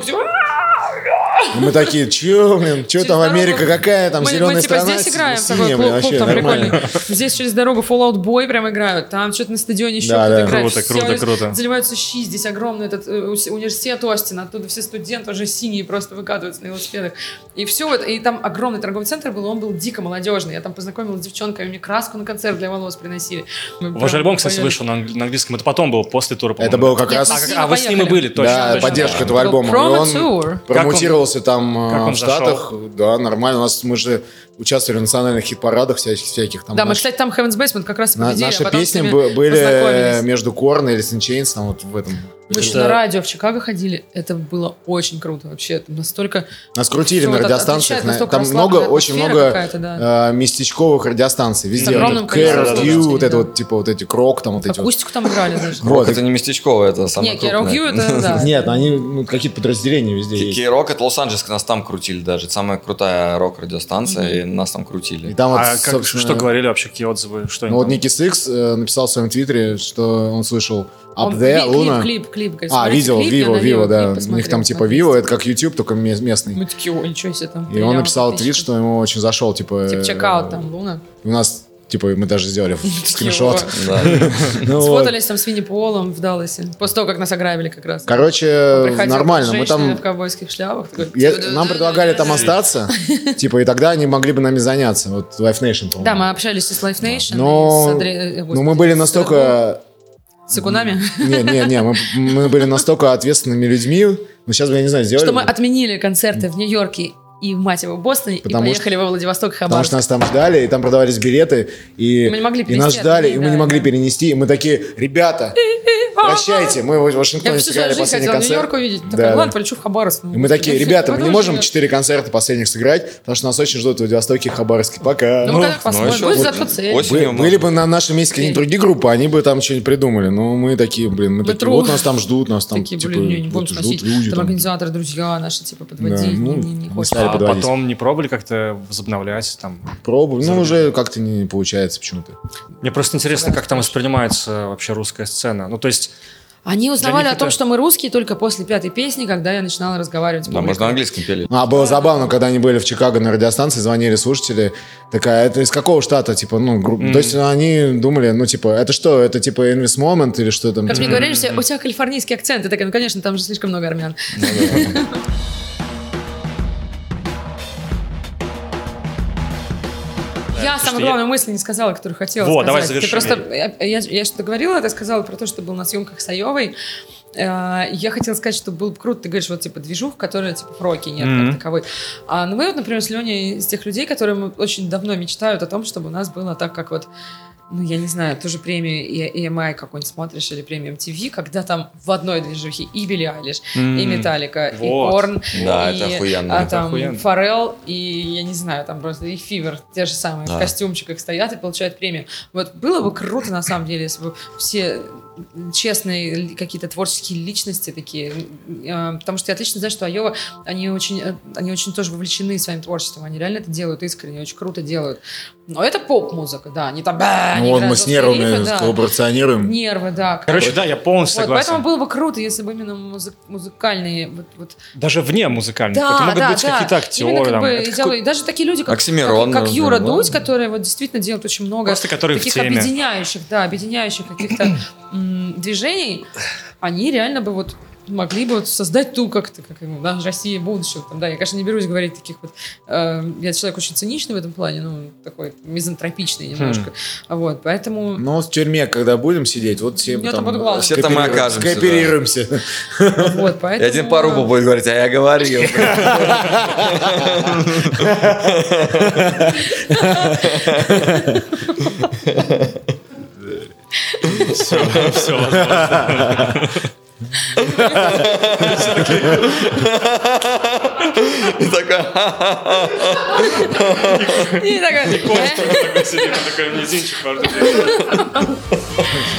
Мы такие, что там Америка какая, там зеленая страна. Здесь играем, такой клуб там прикольный. Здесь через дорогу Fall Out Boy прям играют, там что-то на стадионе еще кто-то играет. Круто. Заливаются щи, здесь огромный этот университет Остина, оттуда все студенты уже синие просто выкатываются на велосипедах. И все, и там огромный торговый центр был, он был дико молодежный. Я там познакомилась с девчонками, мне краску на концерт для волос приносили. Ваш альбом, кстати, вышел на английском, это потом было, после тура, по-моему. Это было как раз... вы с ним и были, точно. Да, поддержка этого альбома. И он промоутировался там в Штатах. Да, нормально. Мы же участвовали в национальных хит-парадах всяких там. Да, мы, кстати, там Heaven's Basement как раз победили. Наши песни были между Korn и Alice in Chains, там вот в этом. Мы еще на радио в Чикаго ходили. Это было очень круто вообще. Это настолько... Нас крутили на радиостанциях. Там очень много местечковых радиостанций. Везде. Care of You, вот это вот, типа вот эти Крок, там вот эти. Акустику там играли даже. Крок это не местечковое, это самое крупное. Нет, Care of You это, да. Нет, они какие-то подразделения везде есть. Кей-Рок это Лос-Анджелес, нас там крутили даже. Самая крутая рок-радиостанция, и нас там крутили. Что говорили вообще, какие отзывы? Вот Ники Сикс написал в своем твиттере, что он слышал Up There, Луна. Клип. Видел, Vivo, да. У них там типа Vivo, это как YouTube, только местный. Мы такие, ничего себе там. И он написал твит, что ему очень зашел, типа чекаут там, Луна. У нас, типа, мы даже сделали скриншот. Сфотались там с Винни Полом в Далласе. После того, как нас ограбили как раз. Короче, нормально. Мы там в ковбойских шляпах. Нам предлагали там остаться, типа, и тогда они могли бы нами заняться. Вот Live Nation, по-моему. Да, мы общались с Live Nation. Но мы были настолько... С икунами? Не, мы были настолько ответственными людьми, но сейчас бы, я не знаю, сделали. Что мы отменили концерты в Нью-Йорке и, мать его, в Бостоне, и поехали во Владивосток, Хабаровск. Потому что нас там ждали, и там продавались билеты, и нас ждали, и мы не могли перенести, и мы такие, ребята, прощайте, мы в Вашингтоне сыграли последний концерт. Нью-Йорк увидеть, такой, ладно, полечу в Хабаровск. И мы такие, ребята, мы не можем 4 концерта последних сыграть, потому что нас очень ждут в Владивостоке и Хабаровске. Пока. Ну, как посмотрим, будет зато цель. Были бы на нашем месте какие-нибудь другие группы, они бы там что-нибудь придумали, но мы такие, мы такие, вот нас там ждут, нас там, типа, ждут люди. Там организаторы, друзья наши, типа, подводить, не хочешь. А потом не пробовали как-то возобновлять там? Пробовали, но уже как-то не получается почему-то. Мне просто интересно, как там воспринимается вообще русская сцена. Ну, то есть, Они узнавали о том, что мы русские, только после 5-й песни, когда я начинала разговаривать. Да, может, на английском пели. Было забавно, когда они были в Чикаго на радиостанции, звонили слушатели, такая, это из какого штата, типа, то есть они думали, это что, это типа Envys Moment или что там? Как мне говорили, все, у тебя калифорнийский акцент, я такая, конечно, там же слишком много армян. Я самую главную мысль не сказала, которую хотела сказать. Давай завершим. Ты просто, я что-то говорила, ты сказала про то, что был на съемках с Айовой. Я хотела сказать, что было бы круто, ты говоришь, движух, которая в роке нет как таковой. Но мы, например, с Леней из тех людей, которые очень давно мечтают о том, чтобы у нас было так, как я не знаю, ту же премию EMI какую-нибудь смотришь, или премию MTV, когда там в одной движухе и Билли Айлиш, и Металлика, и Корн, да, и это охуенно. там Фаррелл, и я не знаю, там просто и Фивер, те же самые, в костюмчиках стоят и получают премию. Было бы круто, на самом деле, если бы все честные какие-то творческие личности такие, потому что я отлично знаю, что Айова, они очень тоже вовлечены своим творчеством, они реально это делают искренне, очень круто делают. Но это поп-музыка, да, они там... мы с нервами коллаборационируем. Нервы, да. Короче, да, я полностью согласен. Поэтому было бы круто, если бы именно музыкальные... Даже вне музыкальных. Это могут быть какие-то актеры. Даже такие люди, как Юра Дудь, которые действительно делают очень много таких объединяющих каких-то движений, они реально бы могли бы создать как Россия будущего. Я, конечно, не берусь говорить таких я человек очень циничный в этом плане, такой мизантропичный немножко. Поэтому... в тюрьме, когда будем сидеть, все там... Все там мы окажемся. Кооперируемся. И один по рублю будет говорить, а я говорил. Все возможно. И такая... И такой сидит, такой мизинчик.